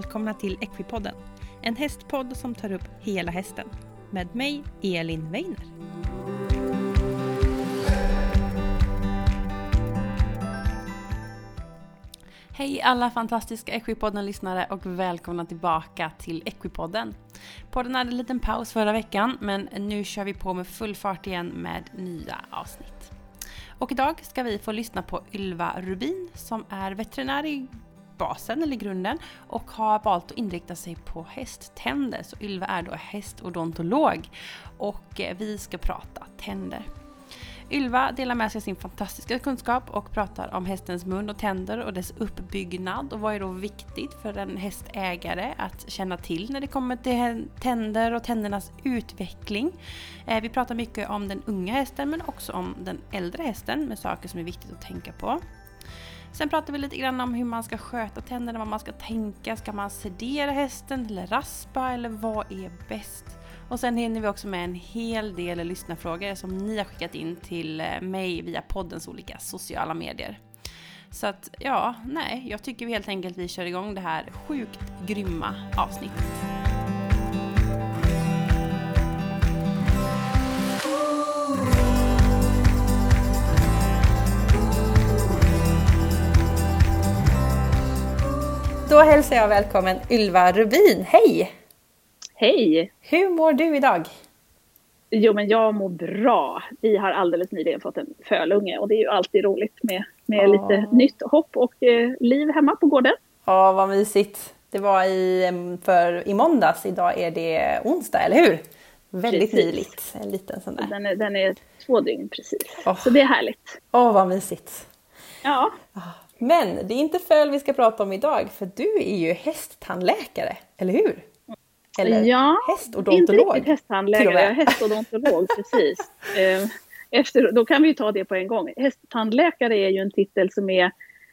välkomna till Equipodden. En hästpodd som tar upp hela hästen. Med mig, Elin Weiner. Hej alla fantastiska Equipodden-lyssnare och välkomna tillbaka till Equipodden. Podden hade en liten paus förra veckan, men nu kör vi på med full fart igen med nya avsnitt. Och idag ska vi få lyssna på Ylva Rubin som är veterinär i basen eller grunden och har valt att inrikta sig på hästtänder. Så Ylva är då hästodontolog och vi ska prata tänder. Ylva delar med sig sin fantastiska kunskap och pratar om hästens mun och tänder och dess uppbyggnad och vad är då viktigt för en hästägare att känna till när det kommer till tänder och tändernas utveckling. Vi pratar mycket om den unga hästen men också om den äldre hästen med saker som är viktigt att tänka på. Sen pratar vi lite grann om hur man ska sköta tänderna, vad man ska tänka. Ska man sedera hästen eller raspa eller vad är bäst? Och sen hinner vi också med en hel del lyssnarfrågor som ni har skickat in till mig via poddens olika sociala medier. Så att jag tycker helt enkelt vi kör igång det här sjukt grymma avsnittet. Då hälsar jag välkommen Ylva Rubin. Hej! Hej! Hur mår du idag? Jo, men jag mår bra. Vi har alldeles nyligen fått en fölunge och det är ju alltid roligt med lite nytt hopp och liv hemma på gården. Ja, vad mysigt. Det var i måndags. Idag är det onsdag, eller hur? Väldigt nyligt. En liten sån där. Den är 2 dygn precis. Så det är härligt. Vad mysigt. Ja. Men det är inte föl vi ska prata om idag. För du är ju hästtandläkare, eller hur? Eller hästodontolog. Inte riktigt hästtandläkare, jag är hästodontolog, precis. Då kan vi ju ta det på en gång. Hästtandläkare är ju en titel som är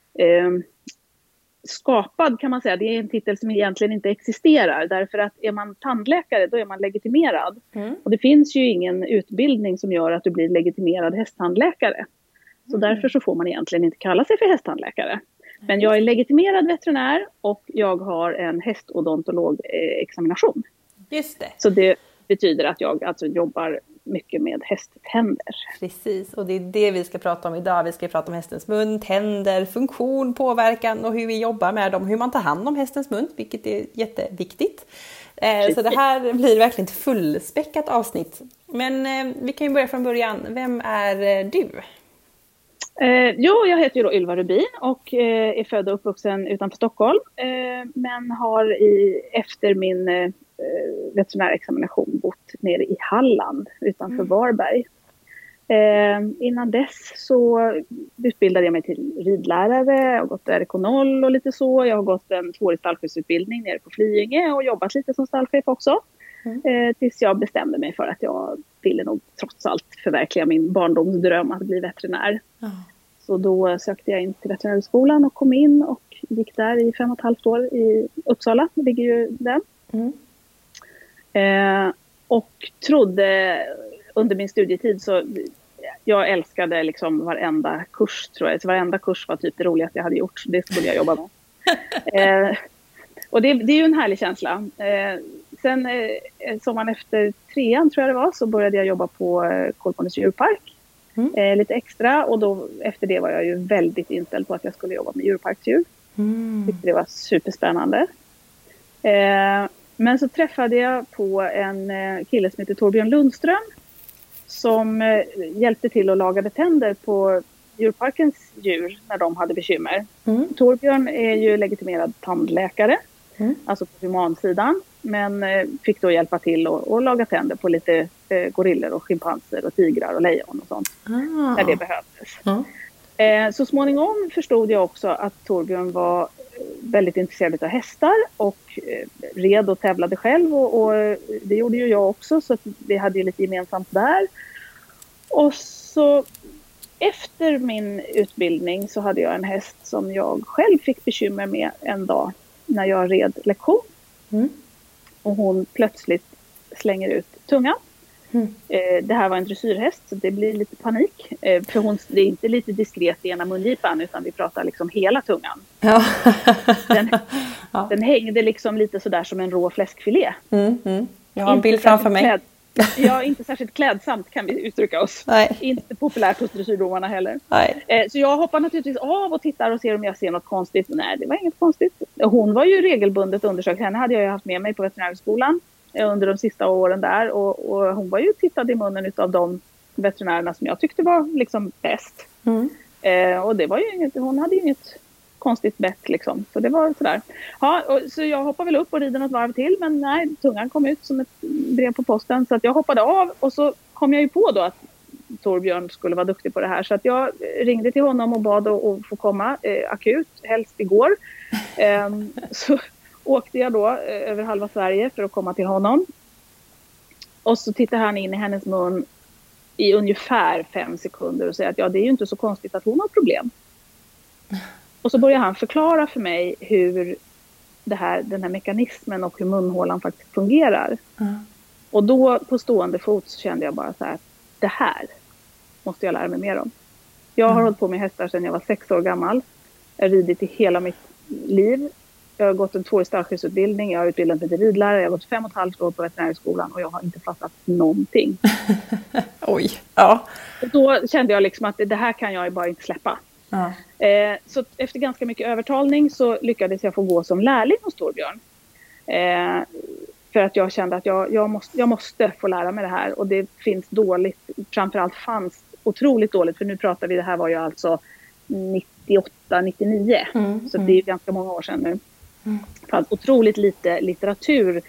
skapad, kan man säga. Det är en titel som egentligen inte existerar. Därför att är man tandläkare, då är man legitimerad. Och det finns ju ingen utbildning som gör att du blir legitimerad hästtandläkare. Så därför så får man egentligen inte kalla sig för hästtandläkare. Men jag är legitimerad veterinär och jag har en hästodontolog-examination. Just det. Så det betyder att jag alltså jobbar mycket med hästtänder. Precis, och det är det vi ska prata om idag. Vi ska prata om hästens mun, tänder, funktion, påverkan och hur vi jobbar med dem. Hur man tar hand om hästens mun, vilket är jätteviktigt. Så det här blir verkligen ett fullspäckat avsnitt. Men vi kan ju börja från början. Vem är du? Jag heter ju då Ylva Rubin och är född och uppvuxen utanför Stockholm. Men har efter min veterinärexamination bott nere i Halland utanför Varberg. Innan dess så utbildade jag mig till ridlärare. Jag har gått RK0 och lite så. Jag har gått en 2-årig stallchefsutbildning nere på Flyinge och jobbat lite som stallchef också. Tills jag bestämde mig för att jag ville nog trots allt förverkliga min barndomsdröm att bli veterinär. Så då sökte jag in till veterinärskolan och kom in och gick där i 5,5 år i Uppsala. Det ligger ju där. Och trodde under min studietid så jag älskade liksom varenda kurs, tror jag. Så varenda kurs var typ det roligaste jag hade gjort. Det skulle jag jobba med. Och det är ju en härlig känsla. Sen sommaren efter 3:an tror jag det var så började jag jobba på Kolmårdens djurpark. Lite extra och då efter det var jag ju väldigt inställd på att jag skulle jobba med djurparksdjur. Tyckte det var superspännande. Men så träffade jag på en kille som heter Torbjörn Lundström som hjälpte till att laga tänder på djurparkens djur när de hade bekymmer. Torbjörn är ju legitimerad tandläkare, alltså på humansidan. Men fick då hjälpa till och laga tänder på lite gorillor och schimpanser och tigrar och lejon och sånt. När det behövdes. Så småningom förstod jag också att Torbjörn var väldigt intresserad av hästar och red och tävlade själv. Och det gjorde ju jag också så att vi hade ju lite gemensamt där. Och så efter min utbildning så hade jag en häst som jag själv fick bekymmer med en dag när jag red lektion. Och hon plötsligt slänger ut tungan. Det här var en dressyrhäst så det blir lite panik. För det är inte lite diskret i ena mungipan utan vi pratar liksom hela tungan. Ja. Den hängde liksom lite sådär som en rå fläskfilé. Jag har en bild framför mig. Ja, inte särskilt klädsamt kan vi uttrycka oss. Nej. Inte populärt hos dressyrdomarna heller. Nej. Så jag hoppar naturligtvis av och tittar och ser om jag ser något konstigt. Nej, det var inget konstigt. Hon var ju regelbundet undersökt. Henne hade jag ju haft med mig på veterinärskolan under de sista åren där. Och hon var ju tittad i munnen av de veterinärerna som jag tyckte var liksom bäst. Och det var ju inget, hon hade ju inget konstigt bett liksom. Så det var sådär. Ja, så jag hoppade väl upp och rider något varv till. Men nej, tungan kom ut som ett brev på posten. Så att jag hoppade av och så kom jag ju på då att Torbjörn skulle vara duktig på det här. Så att jag ringde till honom och bad att få komma akut, helst igår. Så åkte jag då över halva Sverige för att komma till honom. Och så tittar han in i hennes mun i ungefär 5 sekunder och säger att ja, det är ju inte så konstigt att hon har problem. Och så börjar han förklara för mig hur den här mekanismen och hur munhålan faktiskt fungerar. Och då på stående fot så kände jag bara så här, det här måste jag lära mig mer om. Jag har hållit på med hästar sedan jag var 6 år gammal. Jag har ridit i hela mitt liv. Jag har gått en 2-årig stallskyddsutbildning. Jag har utbildat mig till ridlärare. Jag har gått 5,5 år på veterinärskolan och jag har inte fattat någonting. Oj, ja. Och då kände jag liksom att det här kan jag bara inte släppa. Ja. Så efter ganska mycket övertalning så lyckades jag få gå som lärling hos Torbjörn. För att jag kände att jag måste få lära mig det här. Och det finns dåligt, framförallt fanns otroligt dåligt. För nu pratar vi, det här var ju alltså 98, 99. Så det är ganska många år sedan nu. Det fanns otroligt lite litteratur.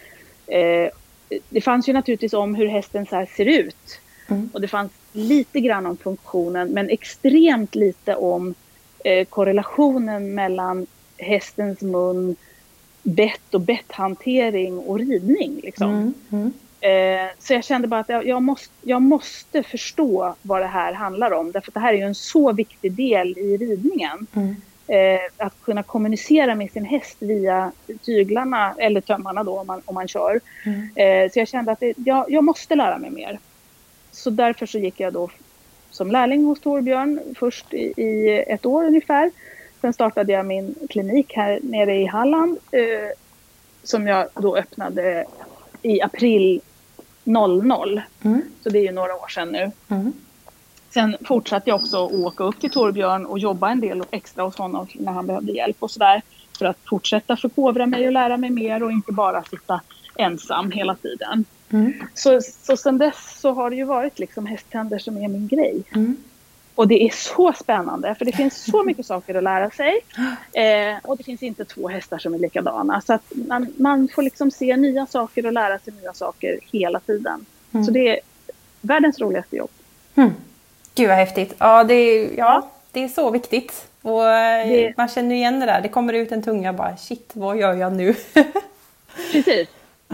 Det fanns ju naturligtvis om hur hästen så här ser ut. Och det fanns lite grann om funktionen, men extremt lite om korrelationen mellan hästens mun, bett och betthantering och ridning. Liksom. Så jag kände bara att jag måste förstå vad det här handlar om. Därför att det här är ju en så viktig del i ridningen. Att kunna kommunicera med sin häst via tyglarna eller tömmarna då om man kör. Så jag kände att jag måste lära mig mer. Så därför så gick jag då som lärling hos Torbjörn först i 1 år ungefär. Sen startade jag min klinik här nere i Halland som jag då öppnade i april 00. Så det är ju några år sedan nu. Sen fortsatte jag också att åka upp till Torbjörn och jobba en del extra hos honom när han behövde hjälp och sådär. För att fortsätta förkovra mig och lära mig mer och inte bara sitta ensam hela tiden. Så sen dess så har det ju varit liksom hästtänder som är min grej. Och det är så spännande för det finns så mycket saker att lära sig. Och det finns inte 2 hästar som är likadana. Så att man får liksom se nya saker och lära sig nya saker hela tiden. Så det är världens roligaste jobb. Gud vad häftigt. Ja, det är så viktigt. Och man känner igen det där. Det kommer ut en tunga bara, shit, vad gör jag nu? Precis.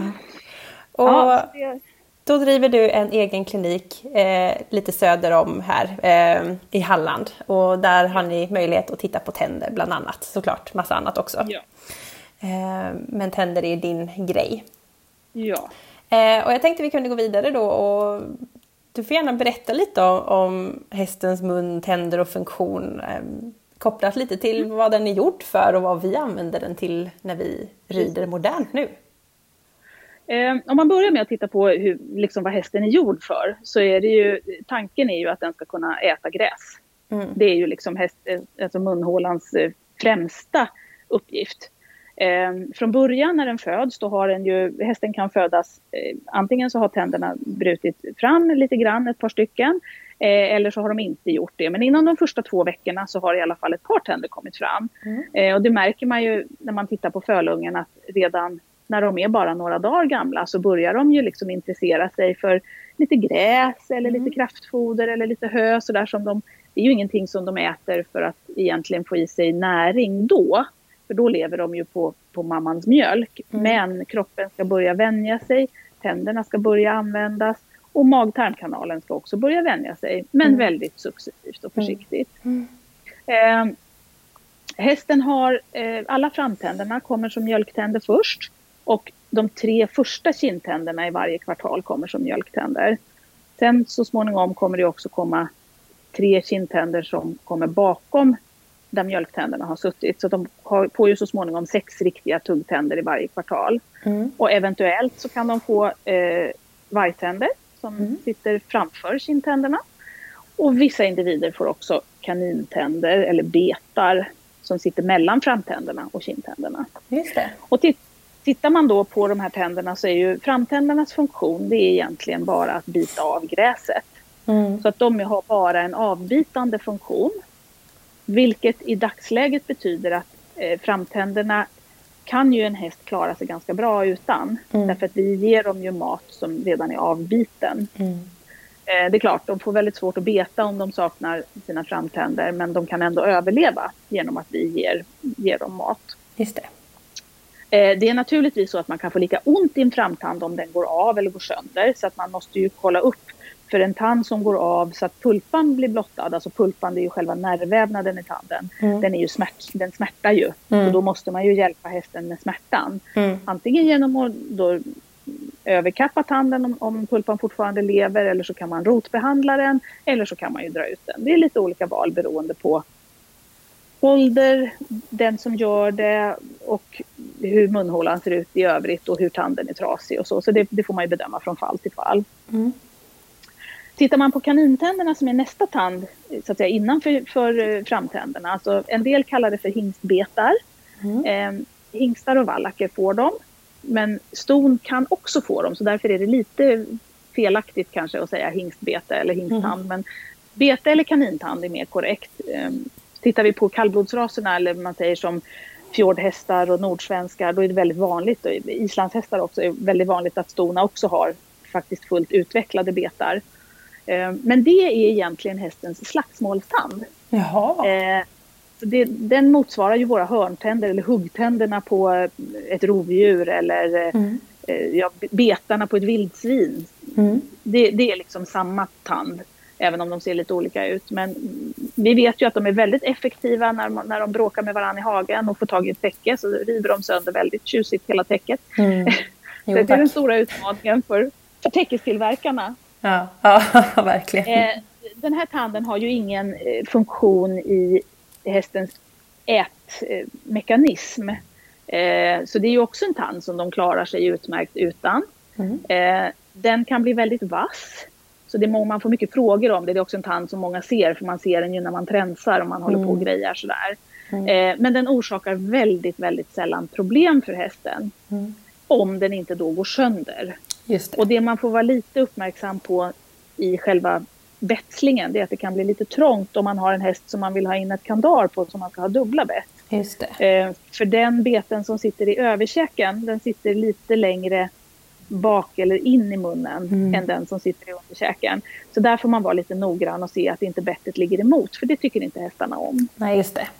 Och då driver du en egen klinik lite söder om här i Halland. Och där har ni möjlighet att titta på tänder bland annat. Såklart, massa annat också. Ja. Men tänder är din grej. Ja. Och jag tänkte vi kunde gå vidare då. Och du får gärna berätta lite om hästens mun, tänder och funktion. Kopplat lite till vad den är gjord för och vad vi använder den till när vi rider modernt nu. Om man börjar med att titta på liksom vad hästen är gjord för så är det ju, tanken är ju att den ska kunna äta gräs. Det är ju liksom alltså munhålans främsta uppgift. Från början när den föds då har hästen kan födas, antingen så har tänderna brutit fram lite grann, ett par stycken, eller så har de inte gjort det. Men inom de första 2 veckorna så har i alla fall ett par tänder kommit fram. Och det märker man ju när man tittar på fölungen att redan när de är bara några dagar gamla så börjar de ju liksom intressera sig för lite gräs eller lite kraftfoder eller lite hö. Så där som det är ju ingenting som de äter för att egentligen få i sig näring då. För då lever de ju på mammans mjölk. Men kroppen ska börja vänja sig, tänderna ska börja användas och mag-tarmkanalen ska också börja vänja sig. Men väldigt successivt och försiktigt. Hästen har, alla framtänderna kommer som mjölktänder först. Och de 3 första kindtänderna i varje kvartal kommer som mjölktänder. Sen så småningom kommer det också komma 3 kindtänder som kommer bakom där mjölktänderna har suttit. Så de får ju så småningom 6 riktiga tuggtänder i varje kvartal. Och eventuellt så kan de få vargtänder som sitter framför kindtänderna. Och vissa individer får också kanintänder eller betar som sitter mellan framtänderna och kindtänderna. Just det. Och tittar man då på de här tänderna så är ju framtändernas funktion, det är egentligen bara att bita av gräset. Så att de har bara en avbitande funktion. Vilket i dagsläget betyder att framtänderna kan ju en häst klara sig ganska bra utan. Därför att vi ger dem ju mat som redan är avbiten. Det är klart, de får väldigt svårt att beta om de saknar sina framtänder. Men de kan ändå överleva genom att vi ger dem mat. Just det. Det är naturligtvis så att man kan få lika ont i en framtand om den går av eller går sönder. Så att man måste ju kolla upp för en tand som går av så att pulpan blir blottad. Alltså pulpan, det är ju själva nervvävnaden i tanden. Den är ju den smärtar ju. Och då måste man ju hjälpa hästen med smärtan. Antingen genom att då överkappa tanden om pulpan fortfarande lever. Eller så kan man rotbehandla den. Eller så kan man ju dra ut den. Det är lite olika val beroende på ålder, den som gör det och hur munhålan ser ut i övrigt och hur tanden är trasig och så. Så det får man ju bedöma från fall till fall. Tittar man på kanintänderna som är nästa tand så att säga, innanför framtänderna. Alltså en del kallar det för hingstbetar. Hingstar och vallacker får dem. Men ston kan också få dem. Så därför är det lite felaktigt kanske att säga hingstbete eller hingsttand. Men bete eller kanintand är mer korrekt. Tittar vi på kallblodsraserna eller man säger som fjordhästar och nordsvenskar, då är det väldigt vanligt, och islandshästar också är väldigt vanligt att stona också har faktiskt fullt utvecklade betar. Men det är egentligen hästens slagsmålstand. Jaha. Den motsvarar ju våra hörntänder eller huggtänderna på ett rovdjur eller betarna på ett vildsvin. Det är liksom samma tand. Även om de ser lite olika ut. Men vi vet ju att de är väldigt effektiva när de bråkar med varandra i hagen och får tag i ett täcke. Så river de sönder väldigt tjusigt hela täcket. Så det är den stora utmaningen för täckestillverkarna. Ja, verkligen. Den här tanden har ju ingen funktion i hästens ätmekanism. Så det är ju också en tand som de klarar sig utmärkt utan. Den kan bli väldigt vass. Så man får mycket frågor om det. Det är också en tand som många ser. För man ser den ju när man tränsar och man håller på och grejer sådär. Men den orsakar väldigt, väldigt sällan problem för hästen. Om den inte då går sönder. Just det. Och det man får vara lite uppmärksam på i själva betslingen. Det är att det kan bli lite trångt om man har en häst som man vill ha in ett kandar på. Som man ska ha dubbla bett. Just det. För den beten som sitter i överkäken. Den sitter lite längre bak eller in i munnen än den som sitter i underkäken. Så där får man vara lite noggrann och se att inte bettet ligger emot. För det tycker inte hästarna om. Nej, just det.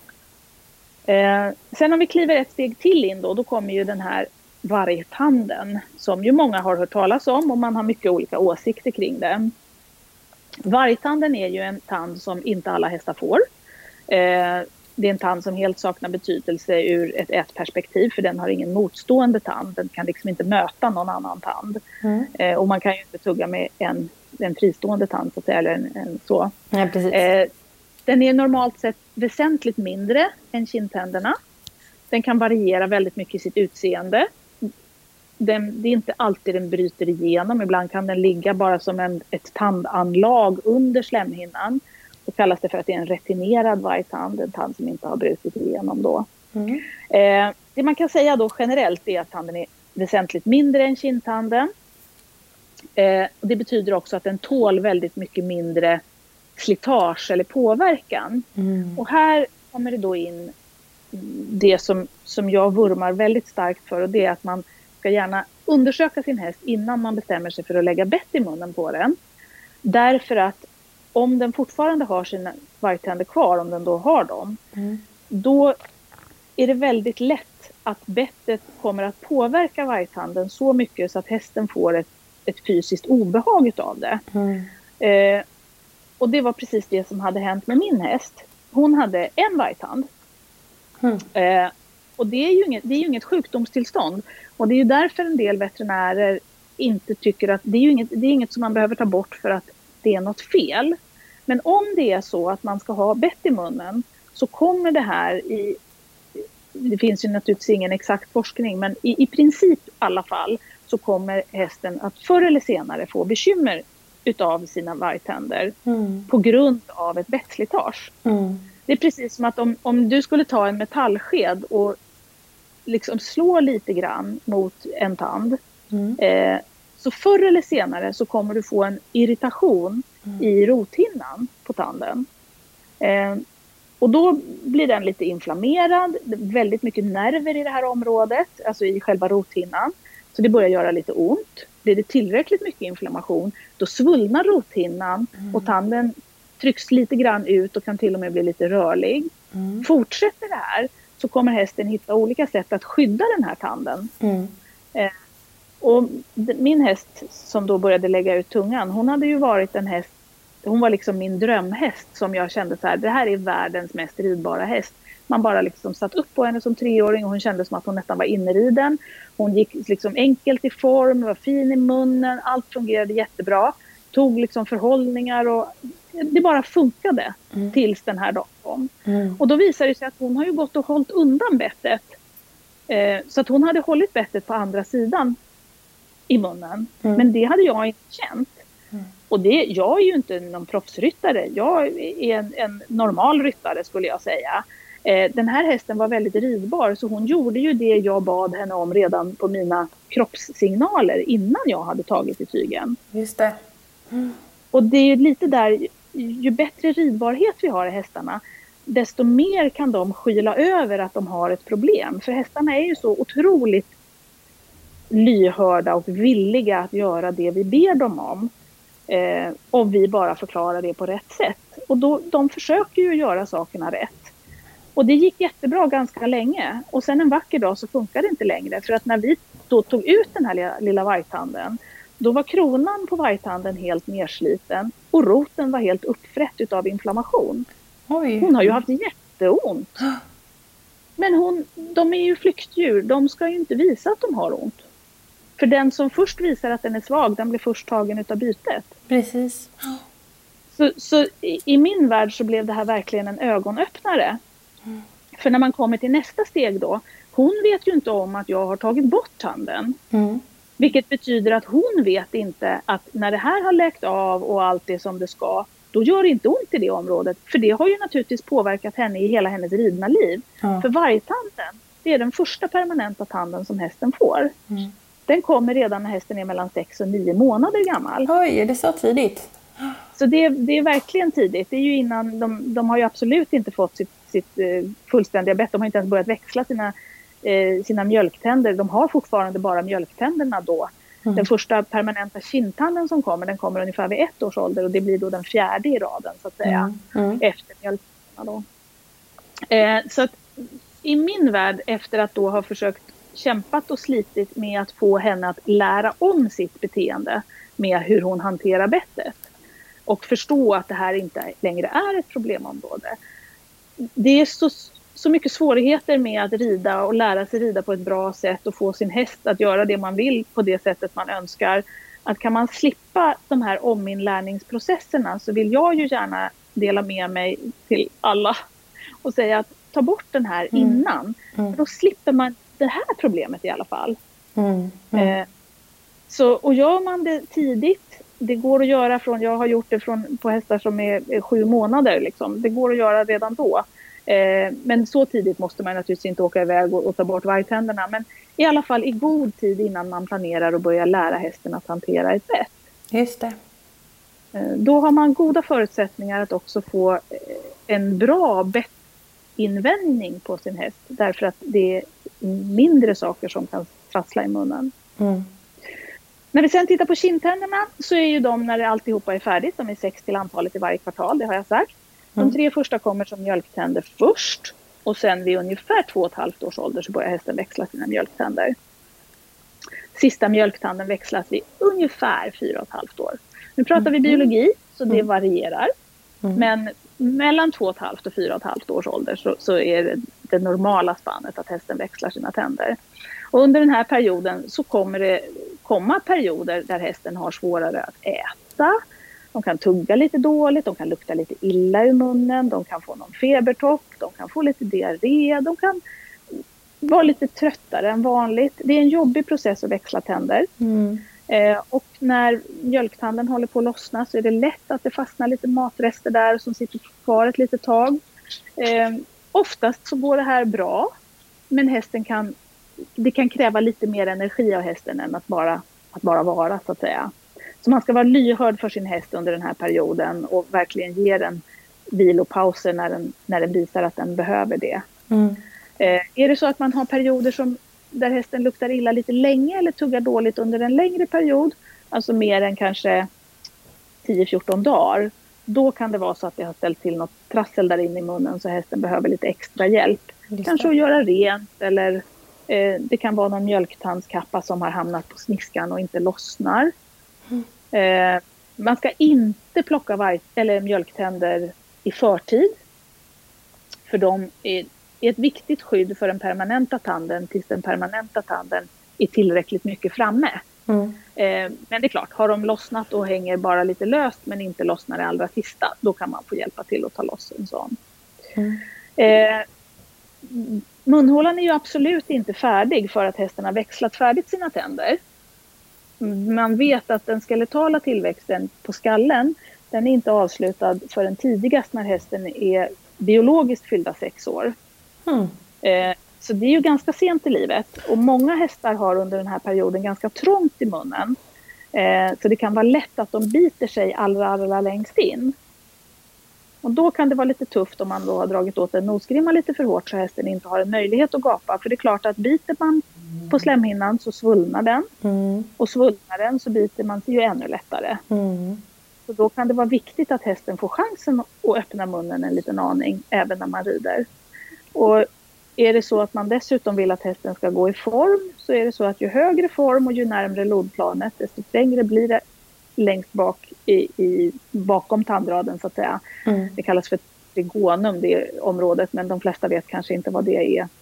Sen om vi kliver ett steg till in då kommer ju den här vargtanden. Som ju många har hört talas om och man har mycket olika åsikter kring den. Vargtanden är ju en tand som inte alla hästar får. Det är en tand som helt saknar betydelse ur ett ätperspektiv. För den har ingen motstående tand. Den kan liksom inte möta någon annan tand. Och man kan ju inte tugga med en fristående tand så att säga, eller en så. Ja, precis. Den är normalt sett väsentligt mindre än kindtänderna. Den kan variera väldigt mycket i sitt utseende. Det är inte alltid den bryter igenom. Ibland kan den ligga bara som ett tandanlag under slemhinnan. Då kallas det för att det är en retinerad vargtand. En tand som inte har brutit igenom då. Det man kan säga då generellt är att tanden är väsentligt mindre än kindtanden. Och det betyder också att den tål väldigt mycket mindre slitage eller påverkan. Och här kommer det då in det som jag vurmar väldigt starkt för. Och det är att man ska gärna undersöka sin häst innan man bestämmer sig för att lägga bett i munnen på den. Därför att om den fortfarande har sina vargtänder kvar, om den då har dem, då är det väldigt lätt att bettet kommer att påverka vargtanden så mycket så att hästen får ett fysiskt obehag av det. Och det var precis det som hade hänt med min häst. Hon hade en vargtand. Och det är ju inget sjukdomstillstånd. Och det är ju därför en del veterinärer inte tycker att det är inget som man behöver ta bort för att det är något fel. Men om det är så att man ska ha bett i munnen så kommer det här det finns ju naturligtvis ingen exakt forskning, men i princip i alla fall så kommer hästen att förr eller senare få bekymmer utav sina vargtänder på grund av ett bettslitage. Det är precis som att om du skulle ta en metallsked och liksom slå lite grann mot en tand, så förr eller senare så kommer du få en irritation i rothinnan på tanden. Och då blir den lite inflammerad, väldigt mycket nerver i det här området, alltså i själva rothinnan. Så det börjar göra lite ont. Blir det tillräckligt mycket inflammation, då svullnar rothinnan och tanden trycks lite grann ut och kan till och med bli lite rörlig. Fortsätter det här så kommer hästen hitta olika sätt att skydda den här tanden. Och min häst som då började lägga ut tungan, hon hade ju varit en häst, hon var liksom min drömhäst som jag kände så här, det här är världens mest ridbara häst. Man bara liksom satt upp på henne som 3-åring och hon kände som att hon nästan var inneriden. Hon gick liksom enkelt i form, var fin i munnen, allt fungerade jättebra. Tog liksom förhållningar och det bara funkade tills den här dagen kom. Och då visade det sig att hon har ju gått och hållit undan bettet. Så att hon hade hållit bettet på andra sidan i munnen. Men det hade jag inte känt. Och jag är ju inte någon proffsryttare. Jag är en normal ryttare skulle jag säga. Den här hästen var väldigt ridbar så hon gjorde ju det jag bad henne om redan på mina kroppssignaler innan jag hade tagit i tygen. Just det. Och det är ju lite där, ju bättre ridbarhet vi har i hästarna, desto mer kan de skyla över att de har ett problem. För hästarna är ju så otroligt lyhörda och villiga att göra det vi ber dem om. Om vi bara förklarar det på rätt sätt. Och de försöker ju göra sakerna rätt. Och det gick jättebra ganska länge. Och sen en vacker dag så funkar det inte längre. För att när vi då tog ut den här lilla vargtanden, då var kronan på vargtanden helt nersliten. Och roten var helt uppfrätt utav inflammation. Oj. Hon har ju haft jätteont. Men de är ju flyktdjur. De ska ju inte visa att de har ont. För den som först visar att den är svag, den blir först tagen utav bytet. Precis. Så i min värld så blev det här verkligen en ögonöppnare. För när man kommer till nästa steg då, hon vet ju inte om att jag har tagit bort tanden. Vilket betyder att hon vet inte att när det här har läkt av och allt det som det ska, då gör det inte ont i det området. För det har ju naturligtvis påverkat henne i hela hennes ridna liv. För vargtanden, det är den första permanenta tanden som hästen får. Den kommer redan när hästen är mellan 6 och 9 månader gammal. Oj, är det så tidigt? Så det är verkligen tidigt. Det är ju innan, de har ju absolut inte fått sitt fullständiga bett. De har inte ens börjat växla sina mjölktänder. De har fortfarande bara mjölktänderna då. Den första permanenta kindtanden som kommer, den kommer ungefär vid 1 års ålder. Och det blir då den 4:e i raden så att säga. Efter mjölktänderna då. Så att i min värld, efter att då ha försökt kämpat och slitit med att få henne att lära om sitt beteende med hur hon hanterar bettet. Och förstå att det här inte längre är ett problemområde. Det är så mycket svårigheter med att rida och lära sig rida på ett bra sätt och få sin häst att göra det man vill på det sättet man önskar. Att kan man slippa de här ominlärningsprocesserna så vill jag ju gärna dela med mig till alla och säga att ta bort den här innan. Då slipper man det här problemet i alla fall. Och gör man det tidigt, det går att göra jag har gjort det på hästar som är 7 månader liksom. Det går att göra redan då. Men så tidigt måste man naturligtvis inte åka iväg och ta bort vargtänderna. Men i alla fall i god tid innan man planerar och börjar lära hästen att hantera ett bett. Just det. Då har man goda förutsättningar att också få en bra bettinvändning på sin häst. Därför att det är mindre saker som kan trassla i munnen. När vi sen tittar på kindtänderna så är ju de när alltihopa är färdigt. De är 6 till antalet i varje kvartal, det har jag sagt. De 3 första kommer som mjölktänder först. Och sen vid ungefär 2,5 års ålder så börjar hästen växla sina mjölktänder. Sista mjölktanden växlas vid ungefär 4,5 år. Nu pratar vi biologi så det varierar. Men mellan 2,5 och 4,5 års ålder så är det normala spannet att hästen växlar sina tänder. Och under den här perioden så kommer det komma perioder där hästen har svårare att äta. De kan tugga lite dåligt, de kan lukta lite illa i munnen, de kan få någon febertopp, de kan få lite diarré, de kan vara lite tröttare än vanligt. Det är en jobbig process att växla tänder. Och när mjölktanden håller på att lossna så är det lätt att det fastnar lite matrester där som sitter kvar ett litet tag. Oftast så går det här bra, men det kan kräva lite mer energi av hästen än att bara vara, så att säga. Så man ska vara lyhörd för sin häst under den här perioden och verkligen ge den vilopauser när den visar att den behöver det. Är det så att man har perioder där hästen luktar illa lite länge eller tuggar dåligt under en längre period, alltså mer än kanske 10-14 dagar, då kan det vara så att det har ställt till något trassel där inne i munnen så hästen behöver lite extra hjälp. Kanske att göra rent, eller det kan vara någon mjölktandskappa som har hamnat på sniskan och inte lossnar. Man ska inte plocka mjölktänder i förtid, för de är ett viktigt skydd för den permanenta tanden tills den permanenta tanden är tillräckligt mycket framme. Men det är klart, har de lossnat och hänger bara lite löst men inte lossnar det allra sista, då kan man få hjälpa till att ta loss en sån. Munhålan är ju absolut inte färdig för att hästen har växlat färdigt sina tänder. Man vet att den skeletala tillväxten på skallen, den är inte avslutad förrän tidigast när hästen är biologiskt fyllda 6 år. Så det är ju ganska sent i livet, och många hästar har under den här perioden ganska trångt i munnen. Så det kan vara lätt att de biter sig allra längst in. Och då kan det vara lite tufft om man då har dragit åt en nosgrimma lite för hårt så hästen inte har en möjlighet att gapa. För det är klart att biter man på slemhinnan så svullnar den. Och svullnar den så biter man sig ju ännu lättare. Så då kan det vara viktigt att hästen får chansen att öppna munnen en liten aning även när man rider. Och är det så att man dessutom vill att hästen ska gå i form, så är det så att ju högre form och ju närmare lodplanet, desto längre blir det längst bak bakom tandraden, så att säga. Det kallas för trigonum, det området, men de flesta vet kanske inte vad det är.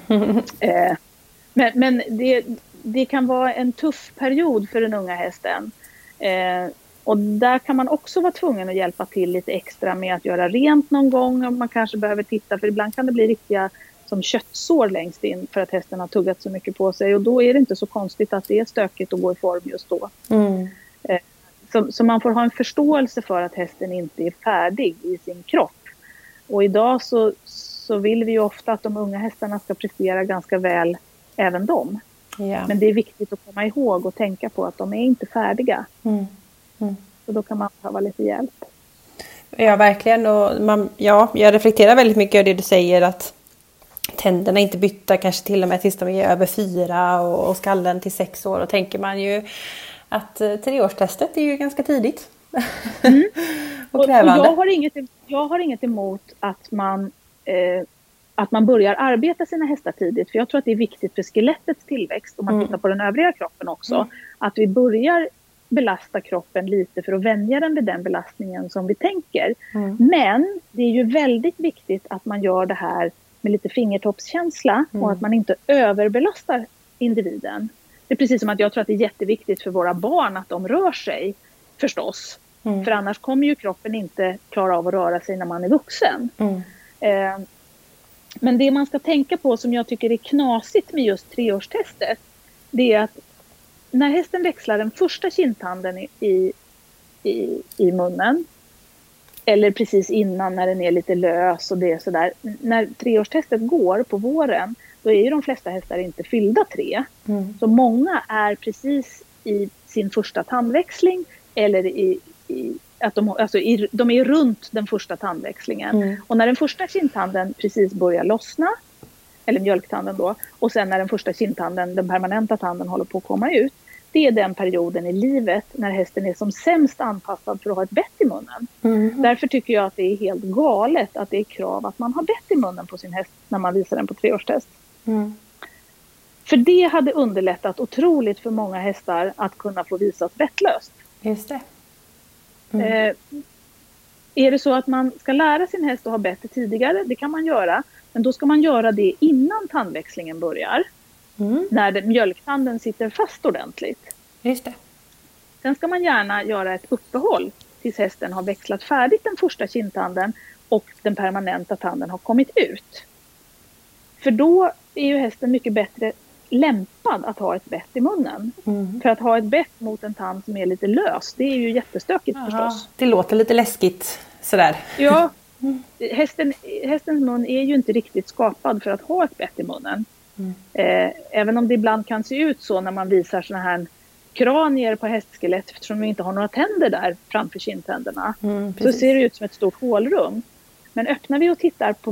Men det kan vara en tuff period för den unga hästen. Och där kan man också vara tvungen att hjälpa till lite extra med att göra rent någon gång. Om man kanske behöver titta, för ibland kan det bli riktiga som köttsår längst in för att hästen har tuggat så mycket på sig. Och då är det inte så konstigt att det är stökigt att gå i form just då. Så man får ha en förståelse för att hästen inte är färdig i sin kropp. Och idag så vill vi ju ofta att de unga hästarna ska prestera ganska väl, även de. Men det är viktigt att komma ihåg och tänka på att de är inte färdiga. Så då kan man behöva lite hjälp. Ja, verkligen. Och jag reflekterar väldigt mycket av det du säger, att tänderna inte bytta kanske till och med tills de är över 4 och skallen till 6 år. Och tänker man ju att 3-årstestet är ju ganska tidigt. Och krävande. Och jag har inget emot att man börjar arbeta sina hästar tidigt. För jag tror att det är viktigt för skelettets tillväxt, om man tittar på den övriga kroppen också. Att vi börjar belasta kroppen lite för att vänja den vid den belastningen som vi tänker. Men det är ju väldigt viktigt att man gör det här med lite fingertoppskänsla och att man inte överbelastar individen. Det är precis som att jag tror att det är jätteviktigt för våra barn att de rör sig, förstås. För annars kommer ju kroppen inte klara av att röra sig när man är vuxen. Men det man ska tänka på, som jag tycker är knasigt med just 3-årstestet, det är att när hästen växlar den första kindtanden i munnen, eller precis innan när den är lite lös och det är sådär. När 3-årstestet går på våren, då är ju de flesta hästar inte fyllda 3. Så många är precis i sin första tandväxling, eller de är runt den första tandväxlingen. Och när den första kindtanden precis börjar lossna, eller mjölktanden då, och sen när den första kindtanden, den permanenta tanden, håller på att komma ut, det är den perioden i livet när hästen är som sämst anpassad för att ha ett bett i munnen. Därför tycker jag att det är helt galet att det är krav att man har bett i munnen på sin häst när man visar den på 3-årstest. För det hade underlättat otroligt för många hästar att kunna få visas bettlöst. Just det. Är det så att man ska lära sin häst att ha bett tidigare, det kan man göra. Men då ska man göra det innan tandväxlingen börjar. När mjölktanden sitter fast ordentligt. Just det. Sen ska man gärna göra ett uppehåll tills hästen har växlat färdigt den första kindtanden och den permanenta tanden har kommit ut. För då är ju hästen mycket bättre lämpad att ha ett bett i munnen. För att ha ett bett mot en tand som är lite lös, det är ju jättestökigt förstås. Det låter lite läskigt sådär. Ja, hästens mun är ju inte riktigt skapad för att ha ett bett i munnen. Även om det ibland kan se ut så när man visar såna här kranier på hästskelett, eftersom de inte har några tänder där framför kindtänderna. Så ser det ut som ett stort hålrum. Men öppnar vi och tittar på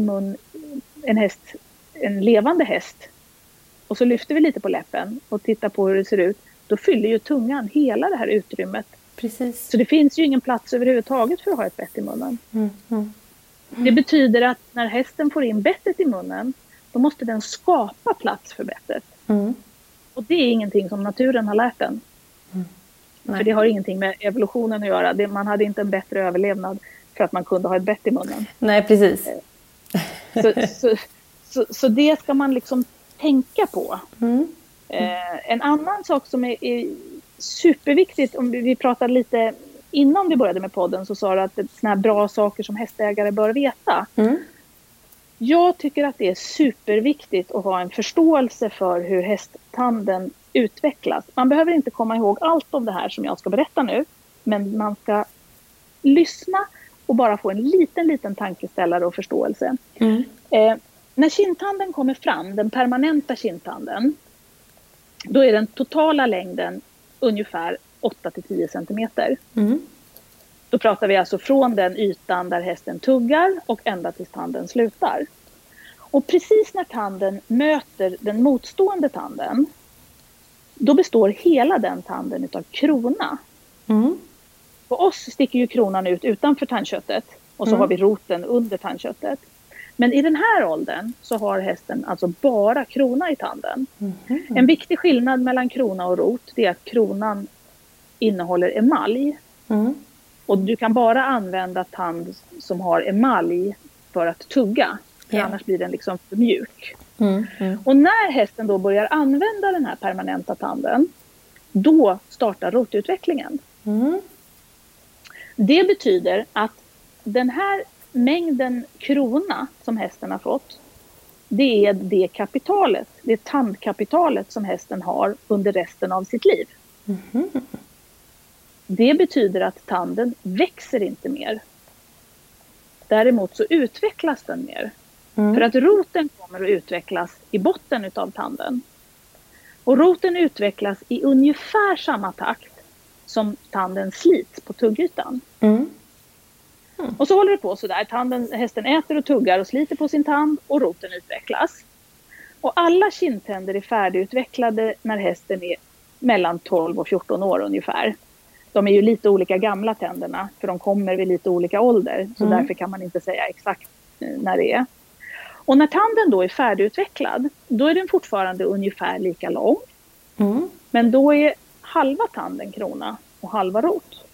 en levande häst, och så lyfter vi lite på läppen och tittar på hur det ser ut, då fyller ju tungan hela det här utrymmet. Precis. Så det finns ju ingen plats överhuvudtaget för att ha ett bett i munnen. Det betyder att när hästen får in bettet i munnen, då måste den skapa plats för bettet. Och det är ingenting som naturen har lärt den. För det har ingenting med evolutionen att göra. Man hade inte en bättre överlevnad för att man kunde ha ett bett i munnen. Nej, precis. Så det ska man liksom tänka på. En annan sak som är superviktigt, om vi pratade lite innan vi började med podden, så sa du att det är såna här bra saker som hästägare bör veta. Jag tycker att det är superviktigt att ha en förståelse för hur hästtanden utvecklas. Man behöver inte komma ihåg allt av det här som jag ska berätta nu, men man ska lyssna och bara få en liten tankeställare och förståelse. När kindtanden kommer fram, den permanenta kindtanden, då är den totala längden ungefär 8-10 centimeter. Då pratar vi alltså från den ytan där hästen tuggar och ända tills tanden slutar. Och precis när tanden möter den motstående tanden, då består hela den tanden utav krona. På oss sticker ju kronan ut utanför tandköttet och så har vi roten under tandköttet. Men i den här åldern så har hästen alltså bara krona i tanden. En viktig skillnad mellan krona och rot, det är att kronan innehåller emalj. Och du kan bara använda tand som har emalj för att tugga. För annars blir den liksom för mjuk. Och när hästen då börjar använda den här permanenta tanden, då startar rotutvecklingen. Det betyder att den här mängden krona som hästen har fått, det är det kapitalet, det tandkapitalet som hästen har under resten av sitt liv. Det betyder att tanden växer inte mer. Däremot så utvecklas den mer. För att roten kommer att utvecklas i botten utav tanden. Och roten utvecklas i ungefär samma takt som tanden slits på tuggytan. Och så håller det på så där. Hästen äter och tuggar och sliter på sin tand och roten utvecklas. Och alla kindtänder är färdigutvecklade när hästen är mellan 12 och 14 år ungefär. De är ju lite olika gamla tänderna, för de kommer vid lite olika ålder. Så därför kan man inte säga exakt när det är. Och när tanden då är färdigutvecklad, då är den fortfarande ungefär lika lång. Men då är halva tanden krona och halva rot.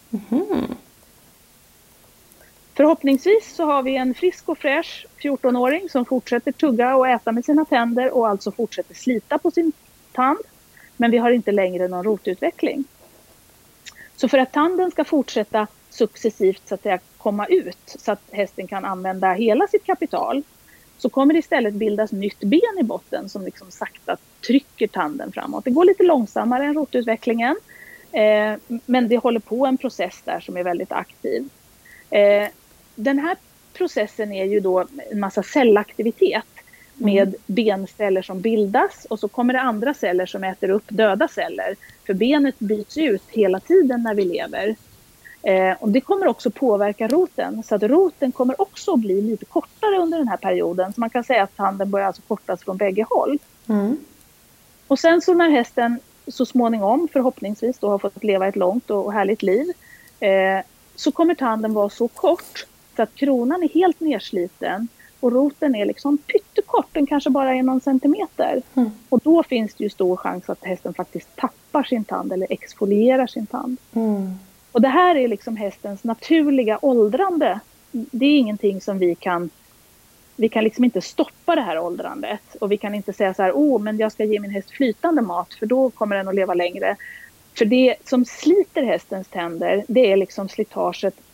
Förhoppningsvis så har vi en frisk och fräsch 14-åring som fortsätter tugga och äta med sina tänder och alltså fortsätter slita på sin tand. Men vi har inte längre någon rotutveckling. Så för att tanden ska fortsätta successivt så att säga komma ut så att hästen kan använda hela sitt kapital, så kommer det istället bildas nytt ben i botten som liksom sakta trycker tanden framåt. Det går lite långsammare än rotutvecklingen, men det håller på en process där som är väldigt aktiv. Den här processen är ju då en massa cellaktivitet med benceller som bildas, och så kommer det andra celler som äter upp döda celler. För benet byts ut hela tiden när vi lever. Och det kommer också påverka roten, så att roten kommer också att bli lite kortare under den här perioden. Så man kan säga att tanden börjar alltså kortas från bägge håll. Och sen så när hästen så småningom förhoppningsvis då har fått leva ett långt och härligt liv, så kommer tanden vara så kort så att kronan är helt nersliten och roten är liksom pyttekort, den kanske bara är någon centimeter. Och då finns det ju stor chans att hästen faktiskt tappar sin tand eller exfolierar sin tand. Och det här är liksom hästens naturliga åldrande. Det är ingenting som vi kan liksom inte stoppa det här åldrandet. Och vi kan inte säga så här, men jag ska ge min häst flytande mat för då kommer den att leva längre. För det som sliter hästens tänder, det är liksom slitaget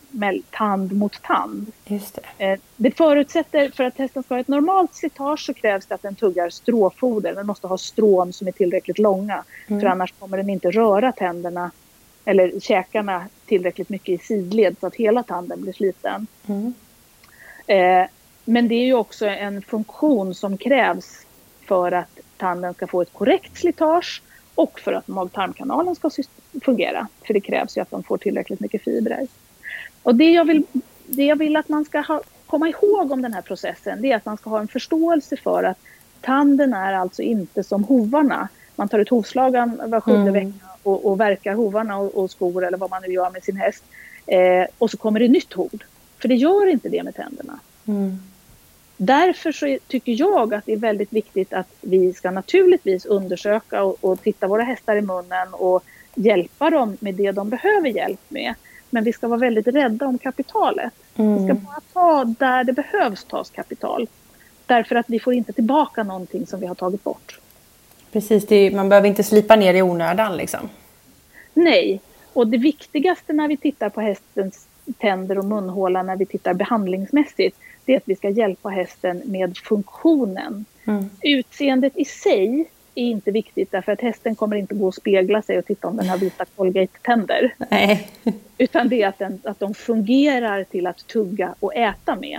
tand mot tand. Just det. Det förutsätter, för att hästen ska ha ett normalt slitage så krävs det att den tuggar stråfoder. Den måste ha strån som är tillräckligt långa. För annars kommer den inte röra tänderna eller käkarna tillräckligt mycket i sidled så att hela tanden blir sliten. Men det är ju också en funktion som krävs för att tanden ska få ett korrekt slitage och för att mag-tarmkanalen ska fungera. För det krävs ju att de får tillräckligt mycket fibrer. Och det jag vill att man ska komma ihåg om den här processen, det är att man ska ha en förståelse för att tanden är alltså inte som hovarna. Man tar ut hovslagan var 7:e vecka och verkar hovarna och skor eller vad man nu gör med sin häst. Och så kommer det nytt hov. För det gör inte det med tänderna. Därför så tycker jag att det är väldigt viktigt att vi ska naturligtvis undersöka och titta våra hästar i munnen och hjälpa dem med det de behöver hjälp med. Men vi ska vara väldigt rädda om kapitalet. Vi ska bara ta där det behövs tas kapital. Därför att vi får inte tillbaka någonting som vi har tagit bort. Precis, man behöver inte slipa ner i onödan liksom. Nej, och det viktigaste när vi tittar på hästens tänder och munhåla när vi tittar behandlingsmässigt, det är att vi ska hjälpa hästen med funktionen. Utseendet i sig är inte viktigt därför att hästen kommer inte gå och spegla sig och titta om den har vita Colgate-tänder. Nej. Utan det är att de fungerar till att tugga och äta med.